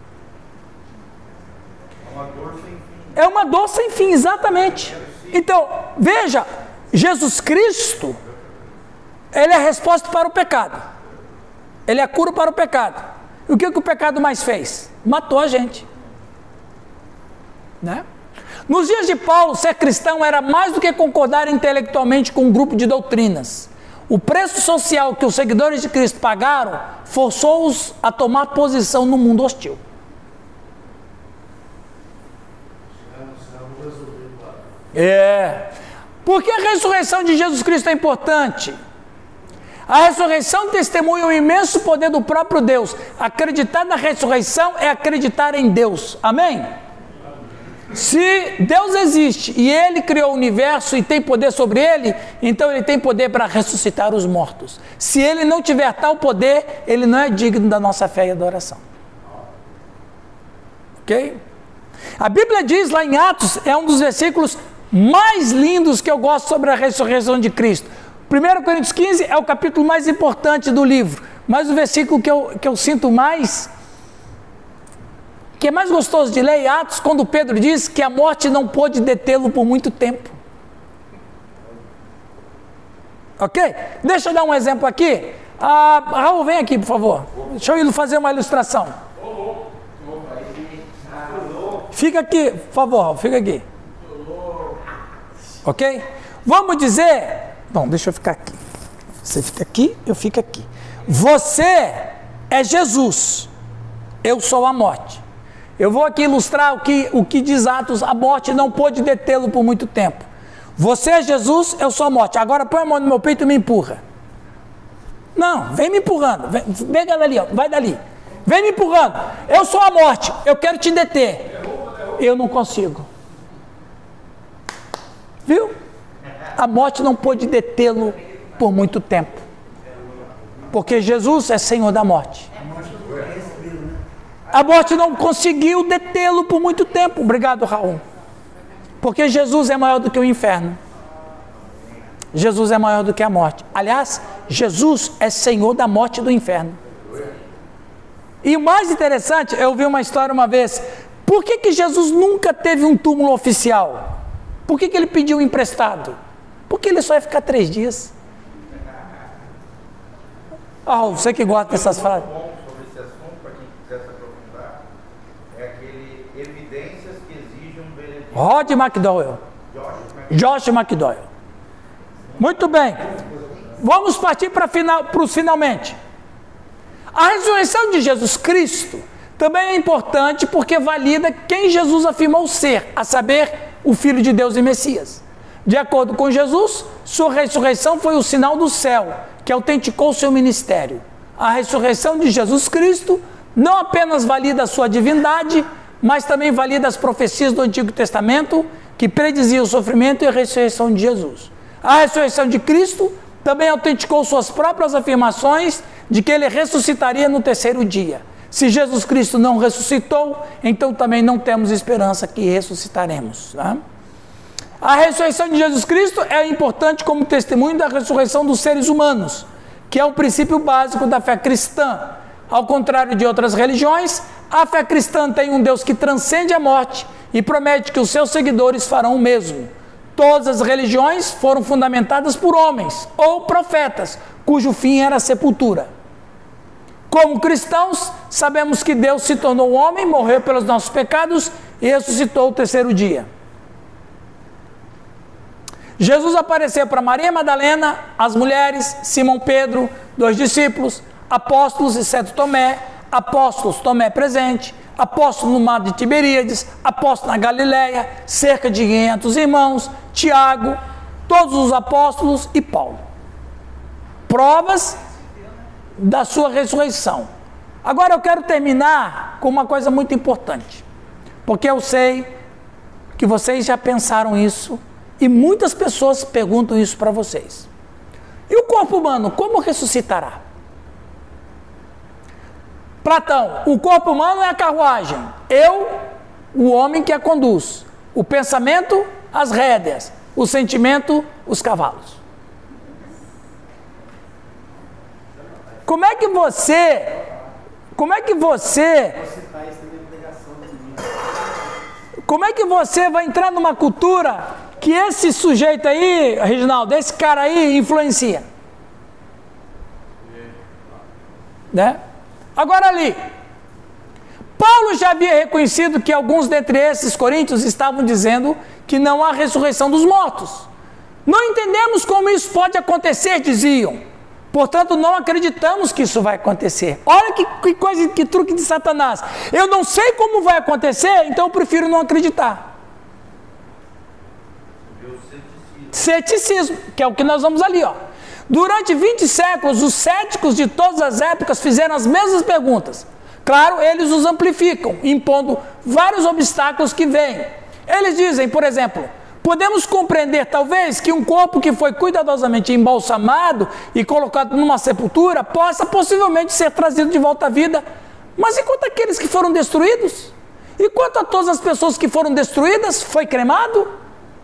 É uma dor sem fim, exatamente. Então, veja, Jesus Cristo, ele é a resposta para o pecado. Ele é a cura para o pecado. E o que o pecado mais fez? Matou a gente. Né? Nos dias de Paulo, ser cristão era mais do que concordar intelectualmente com um grupo de doutrinas. O preço social que os seguidores de Cristo pagaram forçou-os a tomar posição no mundo hostil. Por que a ressurreição de Jesus Cristo é importante? A ressurreição testemunha o imenso poder do próprio Deus. Acreditar na ressurreição é acreditar em Deus. Amém? Se Deus existe e Ele criou o universo e tem poder sobre ele, então Ele tem poder para ressuscitar os mortos. Se Ele não tiver tal poder, Ele não é digno da nossa fé e adoração. Ok? A Bíblia diz lá em Atos, é um dos versículos mais lindos que eu gosto sobre a ressurreição de Cristo. 1 Coríntios 15 é o capítulo mais importante do livro, mas o versículo que eu sinto mais, que é mais gostoso de ler em Atos, quando Pedro diz que a morte não pôde detê-lo por muito tempo. Ok? Deixa eu dar um exemplo aqui. Raul, vem aqui, por favor. Deixa eu fazer uma ilustração. Fica aqui, por favor, Raul, fica aqui. Ok? Vamos dizer... Bom, deixa eu ficar aqui. Você fica aqui, eu fico aqui. Você é Jesus. Eu sou a morte. Eu vou aqui ilustrar o que diz Atos, a morte não pôde detê-lo por muito tempo. Você é Jesus, eu sou a morte. Agora põe a mão no meu peito e me empurra. Não, vem me empurrando. Vem dali, ó, vai dali. Vem me empurrando. Eu sou a morte, eu quero te deter. Eu não consigo. Viu? A morte não pôde detê-lo por muito tempo. Porque Jesus é Senhor da morte. A morte não conseguiu detê-lo por muito tempo. Obrigado, Raul. Porque Jesus é maior do que o inferno. Jesus é maior do que a morte. Aliás, Jesus é Senhor da morte e do inferno. E o mais interessante, eu ouvi uma história uma vez. Por que Jesus nunca teve um túmulo oficial? Por que ele pediu emprestado? Porque ele só ia ficar 3 dias. Você que gosta dessas frases. Sobre esse assunto, para quem quiser se aprofundar, é aquele evidências que exigem um benefício. Rod McDowell. Josh McDowell. Muito bem. Vamos partir para os finalmente. A ressurreição de Jesus Cristo também é importante porque valida quem Jesus afirmou ser, a saber, o Filho de Deus e Messias. De acordo com Jesus, sua ressurreição foi o sinal do céu, que autenticou seu ministério. A ressurreição de Jesus Cristo não apenas valida a sua divindade, mas também valida as profecias do Antigo Testamento, que prediziam o sofrimento e a ressurreição de Jesus. A ressurreição de Cristo também autenticou suas próprias afirmações de que ele ressuscitaria no 3º dia. Se Jesus Cristo não ressuscitou, então também não temos esperança que ressuscitaremos. Tá? A ressurreição de Jesus Cristo é importante como testemunho da ressurreição dos seres humanos, que é o princípio básico da fé cristã. Ao contrário de outras religiões, a fé cristã tem um Deus que transcende a morte e promete que os seus seguidores farão o mesmo. Todas as religiões foram fundamentadas por homens ou profetas, cujo fim era a sepultura. Como cristãos, sabemos que Deus se tornou homem, morreu pelos nossos pecados e ressuscitou o 3º dia. Jesus apareceu para Maria Madalena, as mulheres, Simão Pedro, 2 discípulos, apóstolos e Santo Tomé, apóstolos Tomé presente, apóstolo no mar de Tiberíades, apóstolo na Galileia, cerca de 500 irmãos, Tiago, todos os apóstolos e Paulo. Provas da sua ressurreição. Agora eu quero terminar com uma coisa muito importante, porque eu sei que vocês já pensaram isso e muitas pessoas perguntam isso para vocês. E o corpo humano, como ressuscitará? Platão, o corpo humano é a carruagem, eu, o homem que a conduz, o pensamento, as rédeas, o sentimento, os cavalos. Como é que você vai entrar numa cultura que esse sujeito aí, Reginaldo, esse cara aí influencia? Né? Agora ali, Paulo já havia reconhecido que alguns dentre esses coríntios estavam dizendo que não há ressurreição dos mortos. Não entendemos como isso pode acontecer, diziam. Portanto, não acreditamos que isso vai acontecer. Olha que coisa, que truque de Satanás. Eu não sei como vai acontecer, então eu prefiro não acreditar. Ceticismo, que é o que nós vamos ali, ó. Durante 20 séculos, os céticos de todas as épocas fizeram as mesmas perguntas. Claro, eles os amplificam, impondo vários obstáculos que vêm. Eles dizem, por exemplo, podemos compreender, talvez, que um corpo que foi cuidadosamente embalsamado e colocado numa sepultura possa possivelmente ser trazido de volta à vida. Mas e quanto àqueles que foram destruídos? E quanto a todas as pessoas que foram destruídas, foi cremado?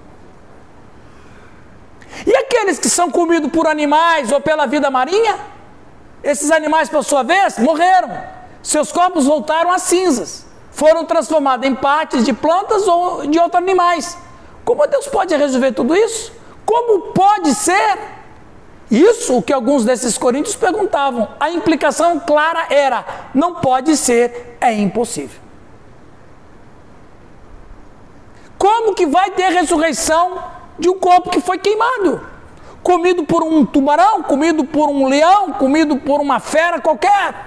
E aqueles que são comidos por animais ou pela vida marinha? Esses animais, por sua vez, morreram. Seus corpos voltaram a cinzas. Foram transformados em partes de plantas ou de outros animais. Como Deus pode resolver tudo isso? Como pode ser? Isso o que alguns desses coríntios perguntavam. A implicação clara era: não pode ser, é impossível. Como que vai ter ressurreição de um corpo que foi queimado? Comido por um tubarão, comido por um leão, comido por uma fera qualquer?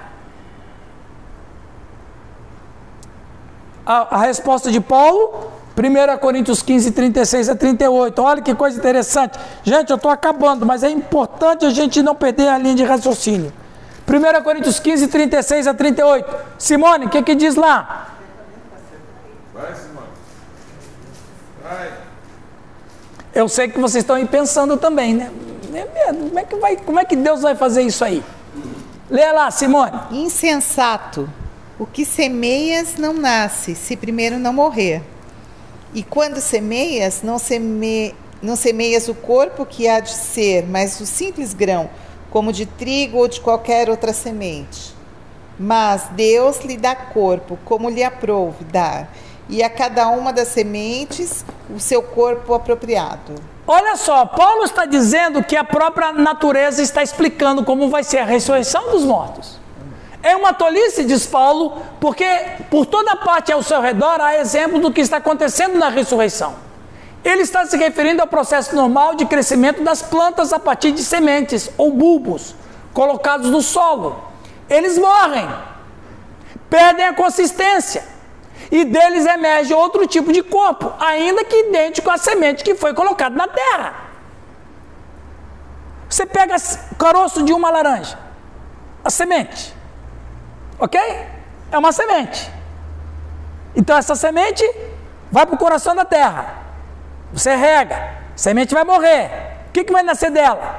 A resposta de Paulo, 1 Coríntios 15, 36 a 38. Olha que coisa interessante. Gente, eu estou acabando, mas é importante a gente não perder a linha de raciocínio. 1 Coríntios 15, 36 a 38. Simone, o que diz lá? Vai, Simone. Vai. Eu sei que vocês estão aí pensando também, né? Como é que Deus vai fazer isso aí? Lê lá, Simone. Insensato. O que semeias não nasce, se primeiro não morrer. E quando semeias, não semeias o corpo que há de ser, mas o simples grão, como de trigo ou de qualquer outra semente. Mas Deus lhe dá corpo, como lhe aprouve dar, e a cada uma das sementes o seu corpo apropriado. Olha só, Paulo está dizendo que a própria natureza está explicando como vai ser a ressurreição dos mortos. É uma tolice, diz Paulo, porque por toda parte ao seu redor há exemplos do que está acontecendo na ressurreição. Ele está se referindo ao processo normal de crescimento das plantas a partir de sementes ou bulbos colocados no solo. Eles morrem, perdem a consistência e deles emerge outro tipo de corpo, ainda que idêntico à semente que foi colocada na terra. Você pega o caroço de uma laranja, a semente, ok? É uma semente. Então essa semente vai para o coração da terra. Você rega, a semente vai morrer. O que vai nascer dela?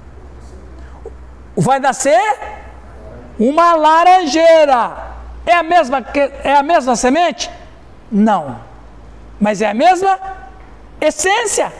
Vai nascer uma laranjeira. É a mesma semente? Não. Mas é a mesma essência.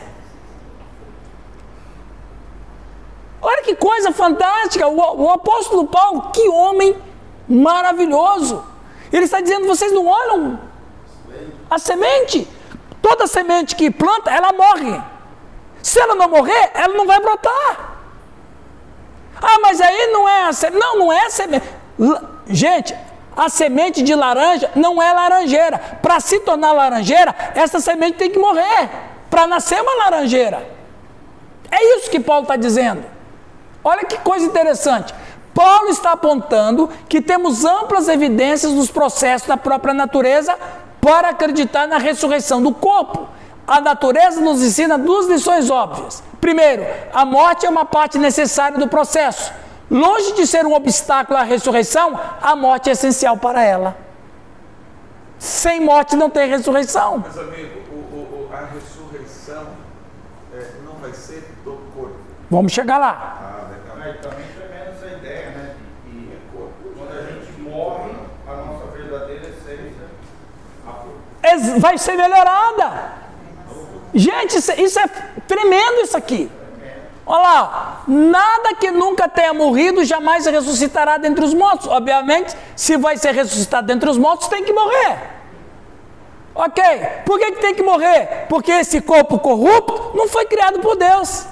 Olha que coisa fantástica. O apóstolo Paulo, que homem maravilhoso. Ele está dizendo: vocês não olham a semente? Toda semente que planta, ela morre. Se ela não morrer, ela não vai brotar. Ah, mas aí não é a semente. Não é a semente. Gente, a semente de laranja não é laranjeira. Para se tornar laranjeira, essa semente tem que morrer para nascer uma laranjeira. É isso que Paulo está dizendo. Olha que coisa interessante. Paulo está apontando que temos amplas evidências dos processos da própria natureza para acreditar na ressurreição do corpo. A natureza nos ensina duas lições óbvias. Primeiro, a morte é uma parte necessária do processo. Longe de ser um obstáculo à ressurreição, a morte é essencial para ela. Sem morte não tem ressurreição. Mas, amigo, a ressurreição não vai ser do corpo. Vamos chegar lá. Mas também tremendo essa ideia, né? Que quando a gente morre, a nossa verdadeira essência vai ser melhorada. Gente, isso é tremendo isso aqui. Olha lá, nada que nunca tenha morrido jamais ressuscitará dentre os mortos. Obviamente, se vai ser ressuscitado dentre os mortos, tem que morrer. Ok, por que tem que morrer? Porque esse corpo corrupto não foi criado por Deus.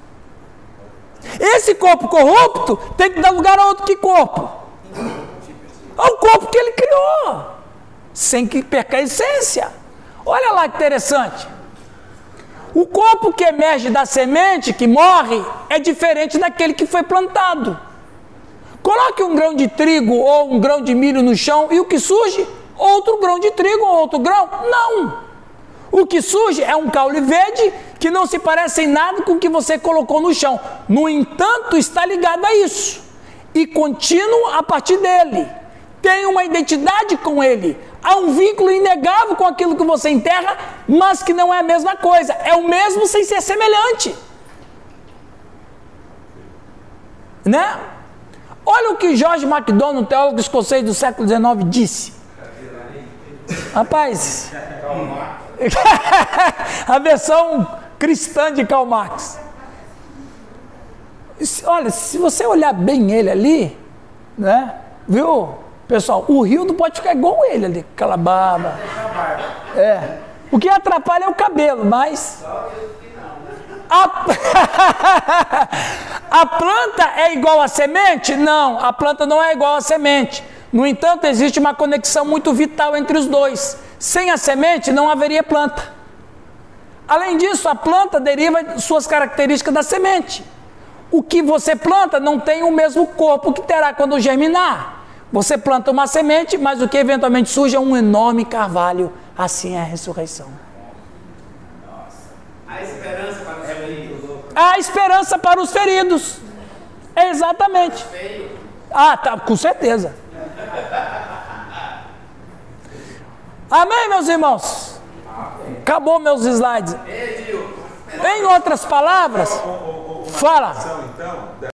Esse corpo corrupto tem que dar lugar a outro que corpo? Ao corpo que ele criou, sem que perca a essência. Olha lá que interessante. O corpo que emerge da semente, que morre, é diferente daquele que foi plantado. Coloque um grão de trigo ou um grão de milho no chão e o que surge? Outro grão de trigo ou outro grão? Não. O que surge é um caule verde que não se parece em nada com o que você colocou no chão. No entanto, está ligado a isso. E contínuo a partir dele. Tem uma identidade com ele. Há um vínculo inegável com aquilo que você enterra, mas que não é a mesma coisa. É o mesmo sem ser semelhante. Né? Olha o que George MacDonald, teólogo escocês do século XIX, disse. Rapaz, a versão cristã de Karl Marx. Olha, se você olhar bem ele ali, né? Viu? Pessoal, o rio não pode ficar igual ele ali, aquela barba. O que atrapalha é o cabelo, mas... A planta é igual à semente? Não, a planta não é igual à semente. No entanto, existe uma conexão muito vital entre os dois. Sem a semente, não haveria planta. Além disso, a planta deriva de suas características da semente. O que você planta não tem o mesmo corpo que terá quando germinar. Você planta uma semente, mas o que eventualmente surge é um enorme carvalho. Assim é a ressurreição. A esperança para os feridos. A esperança para os feridos. Exatamente. Tá, com certeza. Amém, meus irmãos? Acabou meus slides. Em outras palavras, fala.